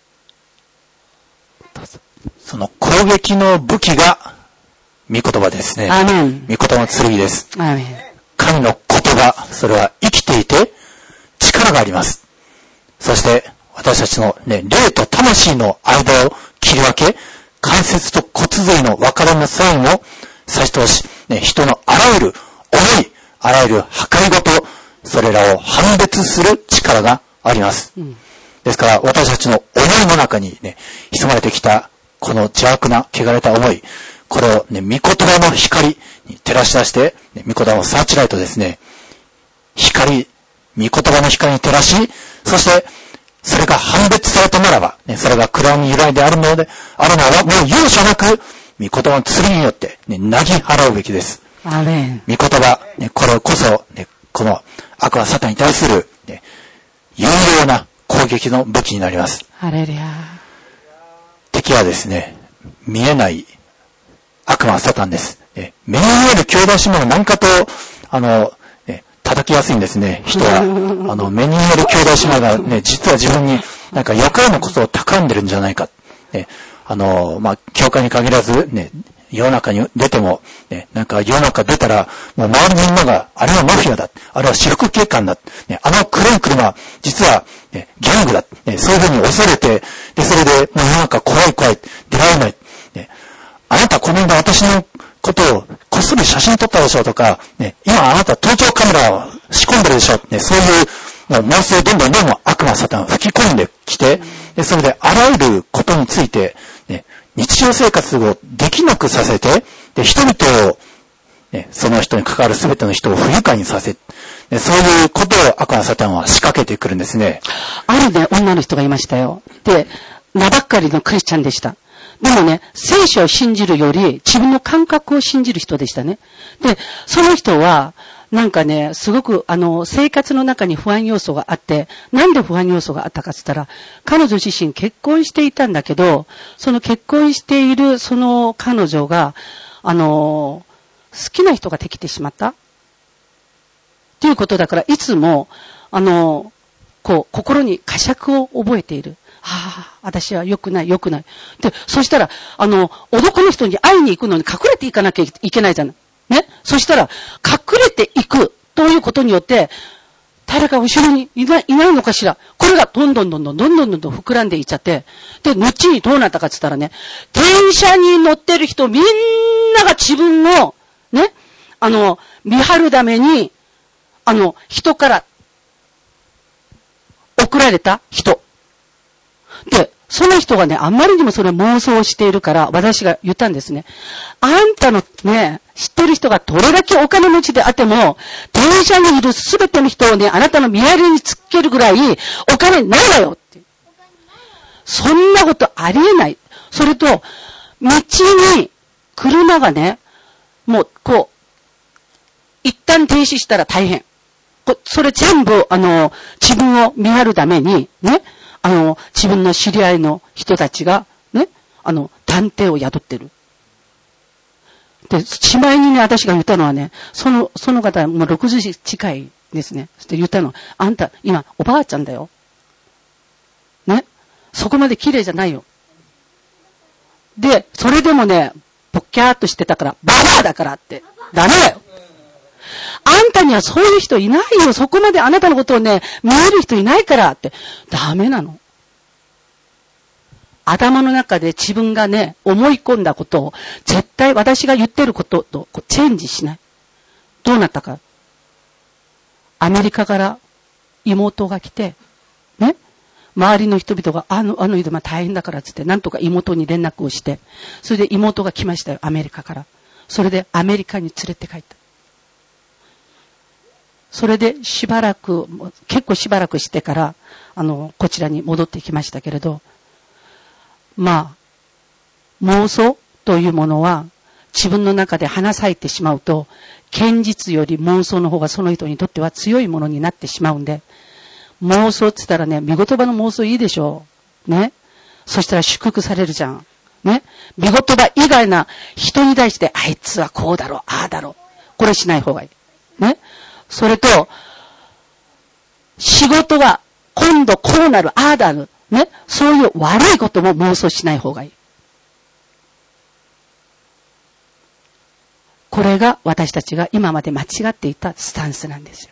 どうぞ。 その攻撃の武器が、御言葉ですね。 アーメン。 御言葉の剣です。 アーメン。 神の言葉、それは生きていて力があります。そして私たちのね、霊と魂の間を切り分け、関節と骨髄の分かれのサインを差し通し、ね、人のあらゆる思い、あらゆる破壊ごと、それらを判別する力があります。うん、ですから私たちの思いの中にね、潜まれてきたこの邪悪な汚れた思い、これをね、御言葉の光に照らし出して、ね、御言葉のサーチライトですね。光、御言葉の光に照らし、そして、それが判別されたならば、ね、それが暗闇由来であるので、あるのはもう容赦なく、御言葉の剣によって、ね、なぎ払うべきです。 アーメン。 御言葉、ね、これこそ、ね、この悪はサタンに対する、ね、有用な攻撃の武器になります。 ハレルヤ。 敵はですね、見えない悪魔はサタンです。え目に見える兄弟姉妹の何かと、あの、え叩きやすいんですね、人は。あの、目に見える兄弟姉妹がね、実は自分になんか良からぬことを高んでるんじゃないか。えあの、まあ、教会に限らず、ね、世の中に出ても、ね、なんか世の中出たら、もう周りのみんなが、あれはマフィアだ、あれは私服警官だ、ね、あの黒い車、実は、ね、ギャングだ、ね、そういうふうに恐れて、で、それで、もう世の中怖い怖い、出られない。ね、あなたこの間私のことをこっそり写真撮ったでしょとか、ね、今あなた盗聴カメラを仕込んでるでしょ、ね、そういうもう妄想をどんどんどんどん悪魔サタンを吹き込んできて、で、それであらゆることについて、ね、日常生活をできなくさせて、で、人々を、ね、その人に関わるすべての人を不愉快にさせ、で、そういうことを悪魔サタンは仕掛けてくるんですね。 あるね、女の人がいましたよ。で、名ばっかりのクリスチャンでした。でもね、聖書を信じるより自分の感覚を信じる人でしたね。で、その人は、なんかね、すごく、あの、生活の中に不安要素があって、なんで不安要素があったかって言ったら、彼女自身結婚していたんだけど、その結婚しているその彼女が、あの、好きな人ができてしまったっていうことだから、いつも、あの、こう、心に呵責を覚えている。ああ、私は良くない、良くない。で、そしたら、あの、男の人に会いに行くのに隠れていかなきゃいけないじゃない。ね。そしたら、隠れていくということによって、誰か後ろにいない、いないのかしら。これがどんどんどんどんどんどんどんどん膨らんでいっちゃって、で、後にどうなったかって言ったらね、電車に乗ってる人みんなが自分を、ね、あの、見張るために、あの、人から、送られた人。で、その人がね、あんまりにもそれ妄想しているから、私が言ったんですね。あんたのね、知ってる人がどれだけお金持ちであっても、電車にいるすべての人をね、あなたの見張りにつけるぐらい、お金ないわよって。そんなことありえない。それと、道に車がね、もう、こう、一旦停止したら大変。それ全部、あの、自分を見張るために、ね、あの、自分の知り合いの人たちが、ね、あの、探偵を雇ってる。で、しまいにね、私が言ったのはね、その、その方、もうろくじゅう近いですね。そして言ったのは、あんた、今、おばあちゃんだよ。ね。そこまで綺麗じゃないよ。で、それでもね、ぼっきゃーっとしてたから、ババアだからって、ダメだよ。あんたにはそういう人いないよ。そこまであなたのことをね、見える人いないからって。ダメなの。頭の中で自分がね、思い込んだことを、絶対私が言ってることとチェンジしない。どうなったか。アメリカから妹が来て、ね。周りの人々が、あの、あの人は大変だからってって、なんとか妹に連絡をして、それで妹が来ましたよ、アメリカから。それでアメリカに連れて帰った。それでしばらく、結構しばらくしてから、あの、こちらに戻ってきましたけれど、まあ、妄想というものは、自分の中で花咲いてしまうと、現実より妄想の方がその人にとっては強いものになってしまうんで、 妄想って言ったらね、見言葉の妄想いいでしょう。ね。そしたら祝福されるじゃん。ね。見言葉以外な人に対して、あいつはこうだろう、ああだろう。これしない方がいい。ね。それと、仕事は今度こうなる、ああだる。ね。そういう悪いことも妄想しない方がいい。これが私たちが今まで間違っていたスタンスなんです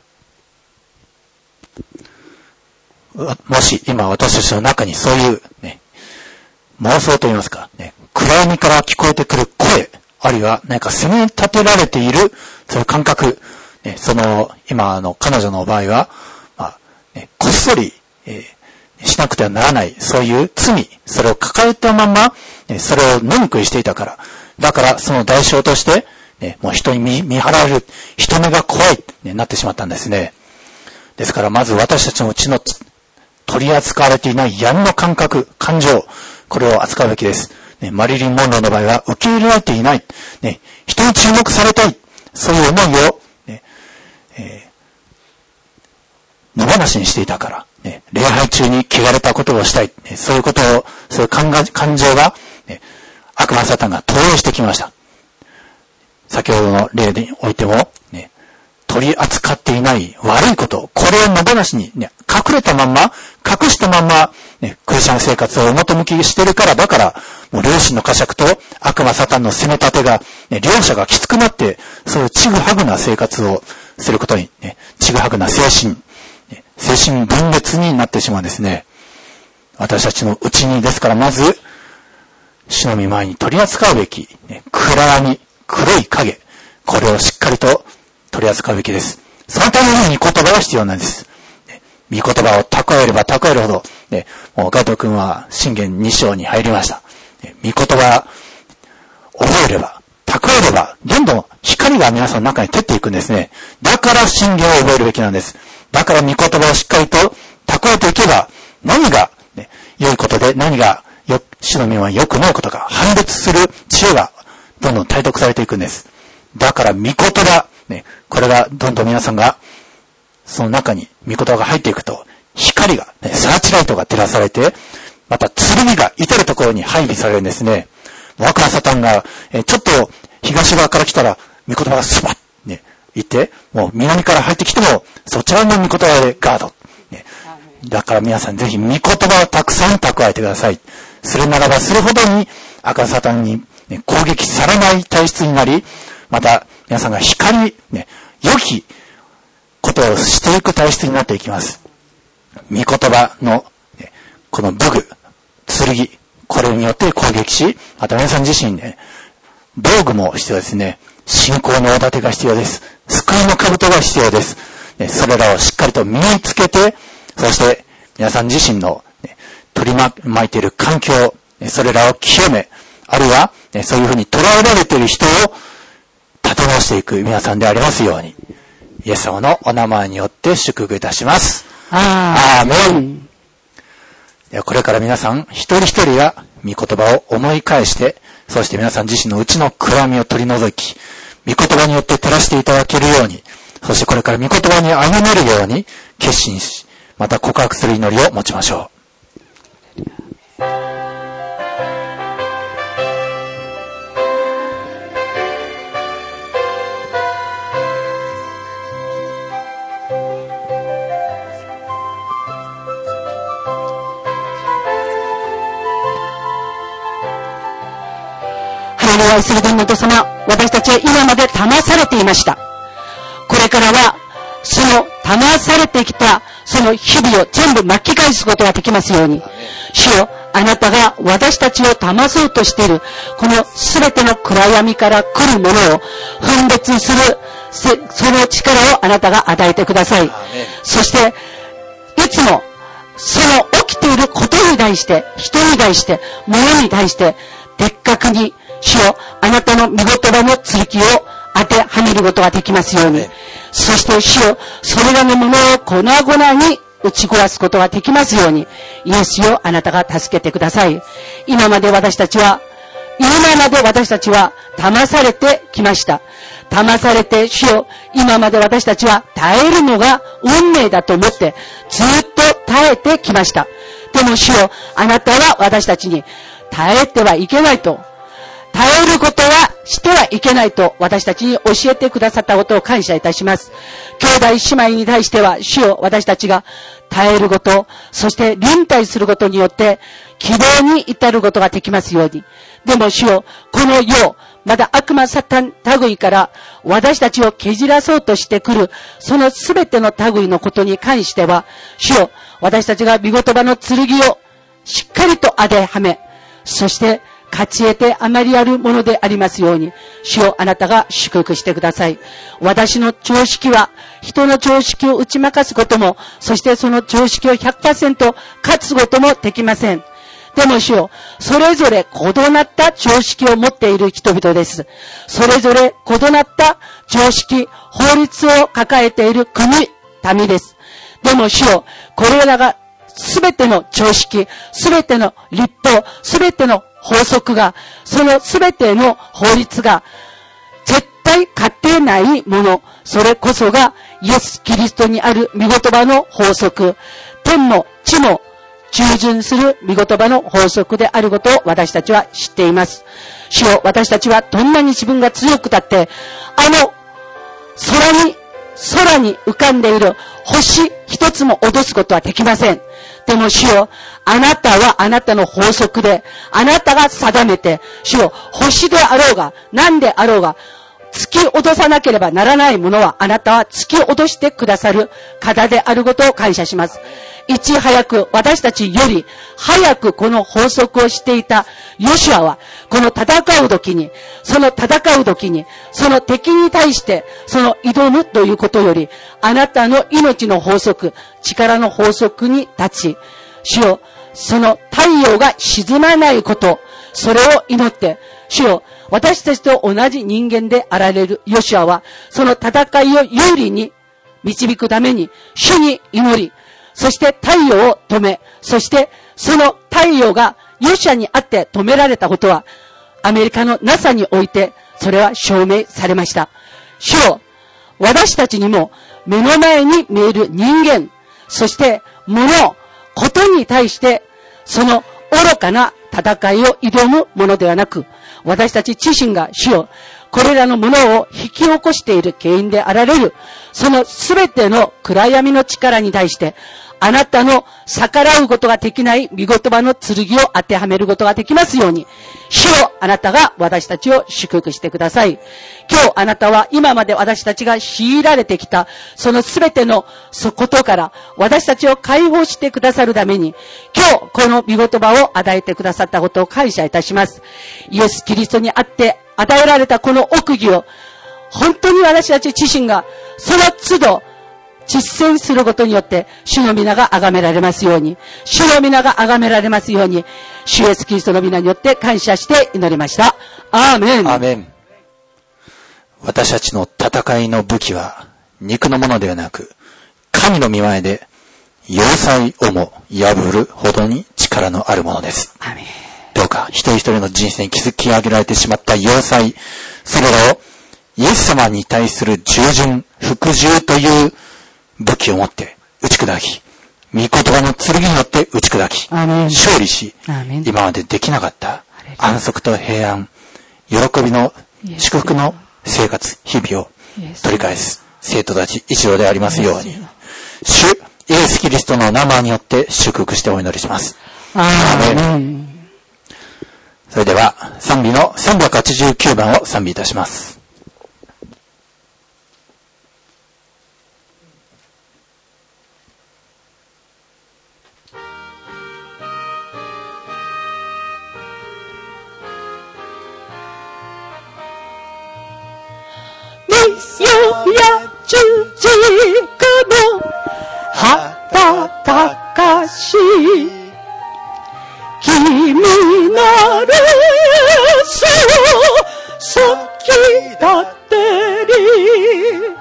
よ。もし今私たちの中にそういうね、妄想といいますか、ね、暗闇から聞こえてくる声、あるいは何か責め立てられている、そういう感覚、ね、その、今の彼女の場合は、まあね、こっそり、えー、しなくてはならない、そういう罪、それを抱えたまま、ね、それを飲み食いしていたから、だからその代償として、ね、もう人に 見, 見張られる、人目が怖い、ね、なってしまったんですね。ですからまず私たちのうちの取り扱われていない闇の感覚、感情、これを扱うべきです。ね、マリリン・モンローの場合は受け入れられていない、ね、人に注目されたい、そういう思いを、ねえー、野放しにしていたから、ね、礼拝中に汚れたことをしたい、ね、そういうことを、そういう感情が、ね、悪魔サタンが投影してきました。先ほどの例においても、ね、取り扱っていない悪いこと、これを野放しに、ね、隠れたまんま、隠したまんま、ね、クリスチャン生活を表向きしているから、だから、もう良心の呵責と悪魔サタンの攻め立てが、ね、両者がきつくなって、そういうちぐはぐな生活をすることに、ね、ちぐはぐな精神、ね、精神分裂になってしまうんですね。私たちのうちに、ですからまず、主の御前に取り扱うべき、ね、暗闇、黒い影、これをしっかりと取り扱うべきです。そのために御言葉が必要なんです。御言葉を蓄えれば蓄えるほど、ね、もうガト君は箴言に章に入りました。御言葉、覚えれば、蓄えれば、どんどん光が皆さんの中に照っていくんですね。だから箴言を覚えるべきなんです。だから御言葉をしっかりと蓄えていけば、何が、ね、良いことで何がよ主の御は良くないことか判別する知恵がどんどん体得されていくんです。だから御言葉、ね、これがどんどん皆さんがその中に御言葉が入っていくと、光が、ね、サーチライトが照らされて、また剣が至るところに配備されるんですね。悪魔サタンが、えちょっと東側から来たら御言葉がスパッ、ね、行って、もう南から入ってきてもそちらの御言葉でガード、ね。だから皆さんぜひ御言葉をたくさん蓄えてください。するならばするほどに悪魔サタンに、ね、攻撃されない体質になり、また皆さんが光、ね、良きことをしていく体質になっていきます。御言葉の、ね、この武具、剣、これによって攻撃し、また皆さん自身ね、防具も必要ですね。信仰の大盾が必要です。救いの兜が必要です。ね、それらをしっかりと身につけて、そして皆さん自身の、ね、取り巻いている環境、ね、それらを清め、あるいは、ね、そういうふうに捉えられている人を立て直していく皆さんでありますように、イエス様のお名前によって祝福いたします。 アーメン。 ではこれから皆さん一人一人が御言葉を思い返して、そして皆さん自身のうちの暗闇を取り除き、御言葉によって照らしていただけるように、そしてこれから御言葉に歩めるように決心し、また告白する祈りを持ちましょう。 愛する天のお父様、私たちは今まで騙されていました。これからはその騙されてきたその日々を全部巻き返すことができますように。主よ、あなたが私たちを騙そうとしているこのすべての暗闇から来るものを分別するその力をあなたが与えてください。そしていつもその起きていることに対して、人に対して、物に対して的確に主よ、あなたの御言葉の剣を当てはめることができますように。そして主よ、それらのものを粉々に打ち壊すことができますように。イエスよ、あなたが助けてください。今まで私たちは、 今まで私たちは騙されてきました。騙されて、主よ、今まで私たちは耐えるのが運命だと思って、ずっと耐えてきました。でも主よ、あなたは私たちに、耐えてはいけないと、耐えることはしてはいけないと私たちに教えてくださったことを感謝いたします。兄弟姉妹に対しては、主よ、私たちが耐えること、そして忍耐することによって、希望に至ることができますように。でも主よ、この世、まだ悪魔サタン類から私たちをけじらそうとしてくる、そのすべての類のことに関しては、主よ、私たちが御言葉の剣をしっかりと当てはめ、そして勝ち得てあまりあるものでありますように、主よ、あなたが祝福してください。私の常識は、人の常識を打ち負かすことも、そしてその常識を ひゃくパーセント 勝つこともできません。でも主よ、それぞれ異なった常識を持っている人々です。それぞれ異なった常識、法律を抱えている国、民です。でも主よ、これらがすべての常識、すべての立法、すべての法則が、そのすべての法律が、絶対勝てないもの、それこそがイエス・キリストにある御言葉の法則、天も地も従順する御言葉の法則であることを私たちは知っています。主よ、私たちはどんなに自分が強く立って、あの空に、空に浮かんでいる星一つも落とすことはできません。でも主よ、あなたはあなたの法則で、あなたが定めて、主よ、星であろうが、何であろうが、突き落とさなければならないものは、あなたは突き落としてくださる方であることを感謝します。いち早く、私たちより早くこの法則をしていたヨシュアは、この戦う時に、その戦う時に、その敵に対して、その挑むということより、あなたの命の法則、力の法則に立ち、主よ、その太陽が沈まないこと、それを祈って、主よ、私たちと同じ人間であられるヨシュアは、その戦いを有利に導くために、主に祈り、そして太陽を止め、そしてその太陽がヨシュアにあって止められたことは、アメリカの ナサ において、それは証明されました。主よ、私たちにも目の前に見える人間、そして物、ことに対して、その愚かな戦いを挑むものではなく、私たち自身が主よ、これらのものを引き起こしている原因であられる、そのすべての暗闇の力に対して、あなたの逆らうことができない御言葉の剣を当てはめることができますように、主よ、あなたが私たちを祝福してください。今日あなたは今まで私たちが強いられてきた、そのすべてのことから私たちを解放してくださるために、今日この御言葉を与えてくださったことを感謝いたします。イエス・キリストにあって与えられたこの奥義を、本当に私たち自身がその都度実践することによって、主の皆が崇められますように、主の皆が崇められますように、主イエスキリストの皆によって感謝して祈りました。アーメン。 アーメン。私たちの戦いの武器は、肉のものではなく、神の御前で、要塞をも破るほどに力のあるものです。 アーメン。 どうか、一人一人の人生に築き上げられてしまった要塞、それらを、イエス様に対する従順、服従という武器を持って打ち砕き、御言葉の剣によって打ち砕き、勝利し、今までできなかった安息と平安、喜びの祝福の生活、日々を取り返す生徒たち一同でありますように、主イエスキリストの名前によって祝福してお祈りします。 アーメン。 それでは賛美のさんびゃくはちじゅうきゅうばんを賛美いたします。 よや十字架の温かし君なるイエスを先立てり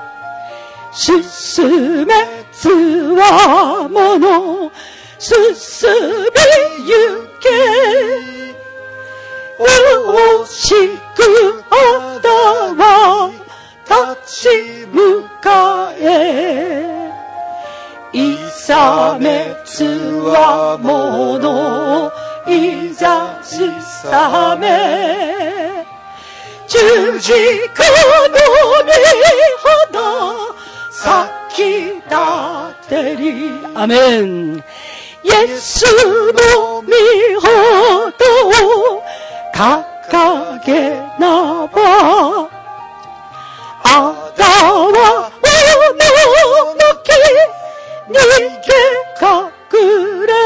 進めつわもの進みゆけしくあなたは立ち向かえ。いさめつわものいざしさめ。十字架の御肌咲き立てり。アメン。イエスの御肌を掲げなば、あたはおののき逃げ隠れ。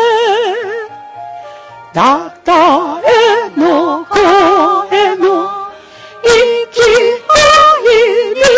たたえの声の生き愛に、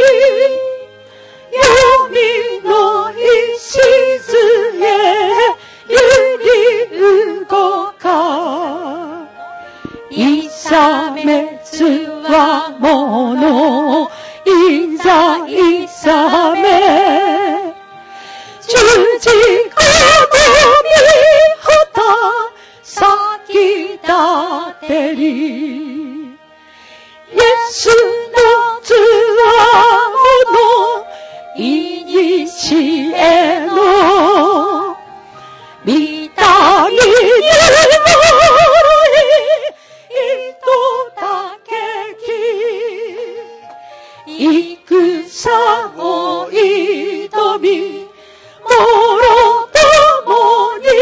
闇の礎へ揺り動か。いさめつわものいざいさめ。十字架の御旗咲き立てり。イエスのつわものいにしえの御谷に呪い糸だけき戦を挑みもろともに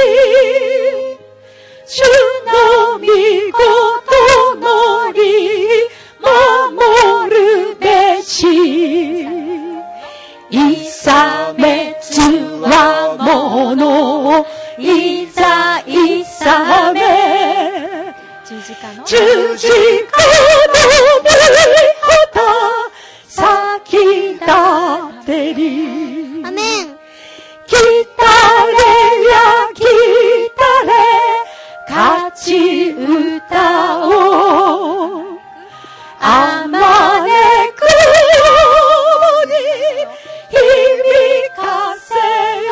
主の御事のり守るべし。いさめつわものいざいさめ。十字架の十字架の御旗咲き立てり。 アメン。 来たれや来たれ勝ち歌おう。あまねくように響かせ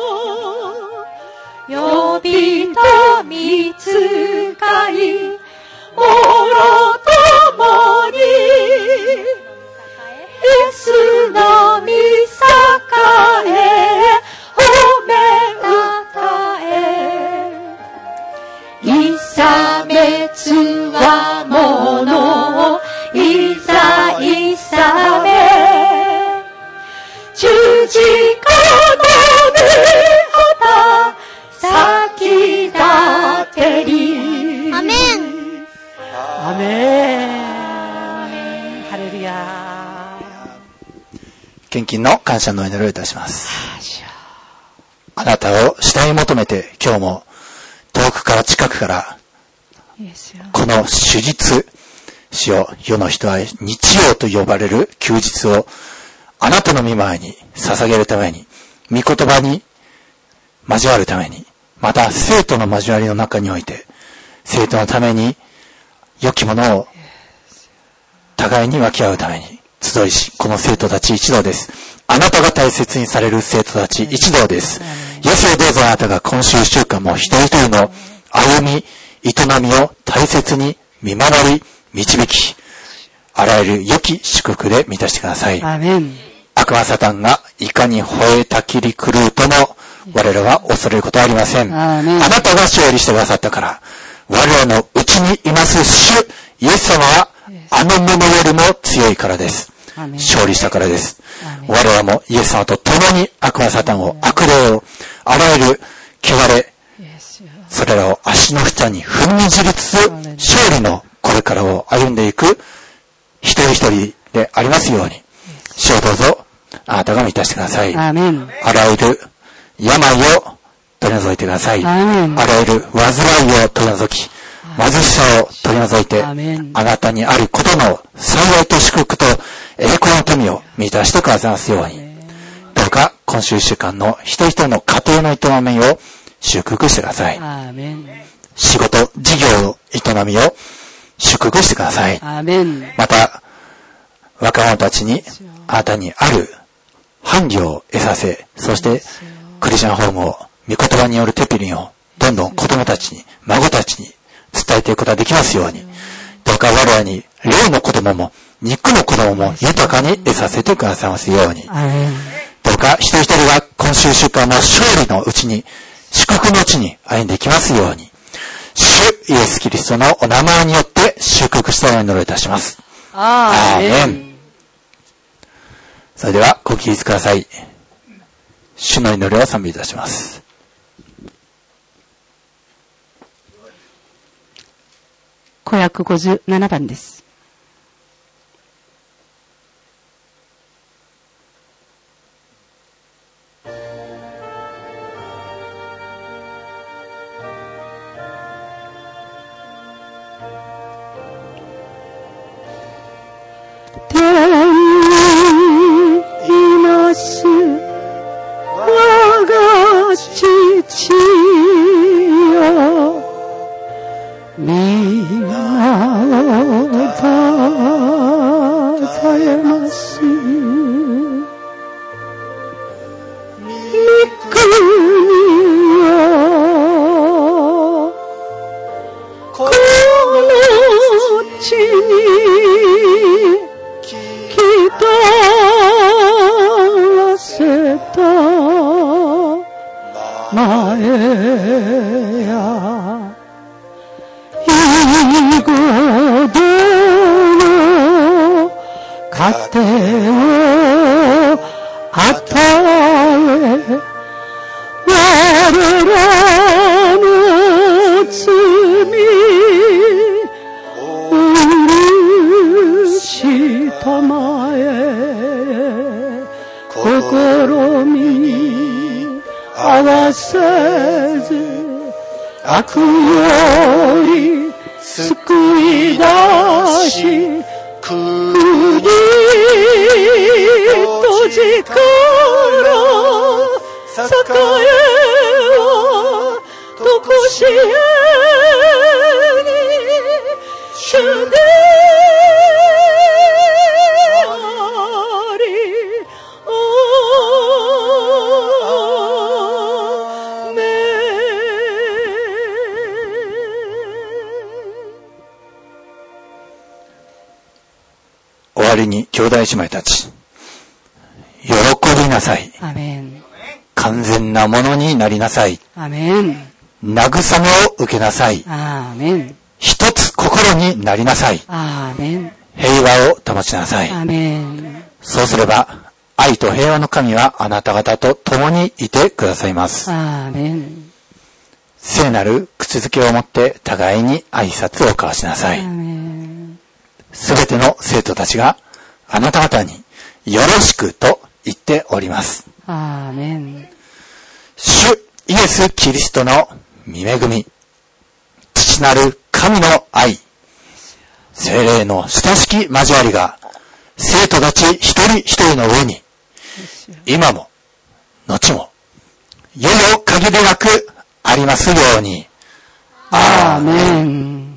よ。呼びと見つかいもろともにイエスの御栄え褒め歌え。いさめつわものいざいさめ。十字架の御旗咲き立てり。 アメン。 アメン。ハレルヤ。 献金の感謝の祈りをいたします。あなたを主体に求めて今日も遠くから近くからこの主日、主よ、世の人は日曜と呼ばれる休日をあなたの御前に捧げるために、御言葉に交わるために、また生徒の交わりの中において生徒のために良きものを互いに分け合うために集いし、この生徒たち一同です。あなたが大切にされる生徒たち一同です。イエスよ、どうぞあなたが今週一週間も一人一人の歩み、営みを大切に見守り、導き、あらゆる良き祝福で満たしてください。 アメン。 悪魔サタンがいかに吠えたきり狂うとも我らは恐れることはありません。 アメン。 あなたが勝利してくださったから、我らのうちにいます主イエス様はあの者よりも強いからです。勝利したからです。我らもイエス様と共に悪魔サタンを、悪霊を、あらゆる汚れ、それらを足の下に踏みにじりつつ、勝利のこれからを歩んでいく一人一人でありますように、主をどうぞあなたが満たしてください。 アメン。 あらゆる病を取り除いてください。 アメン。 あらゆる患いを取り除き、貧しさを取り除いて、あなたにあることの幸いと祝福と栄光の富を満たしてくださいますように。どうか今週一週間の一人一人の家庭の営みを祝福してください。 アメン。 仕事、事業の営みを祝福してください。 アメン。 また、若者たちにあなたにある伴侶を得させ、そしてクリスチャンホームを、御言葉によるテピリンをどんどん子供たちに、孫たちに伝えていくことができますように、どうかか我らに霊の子供も肉の子供も豊かに得させてくださいますように。 アーメン。 どうか一人一人が今週週間も勝利のうちに、祝福のうちに歩んでいきますように。主イエスキリストのお名前によって祝福したのをお祈りいたします。 アーメン。 それではご起立ください。主の祈りを賛美いたします。 ごひゃくごじゅうななばんです。 終わりに兄弟姉妹たち、喜びなさい。 アメン。 完全なものになりなさい。 アメン。 慰めを受けなさい。 アーメン。 一つ心になりなさい。 アーメン。 平和を保ちなさい。 アメン。 そうすれば、愛と平和の神はあなた方と共にいてくださいます。 アーメン。 聖なる口づけを持って互いに挨拶を交わしなさい。 アーメン。 すべての生徒たちがあなた方によろしくと言っております。 アーメン。 主イエス・キリストの御恵み、父なる神の愛、聖霊の親しき交わりが生徒たち一人一人の上に今も後も世々限りなくありますように。 アーメン。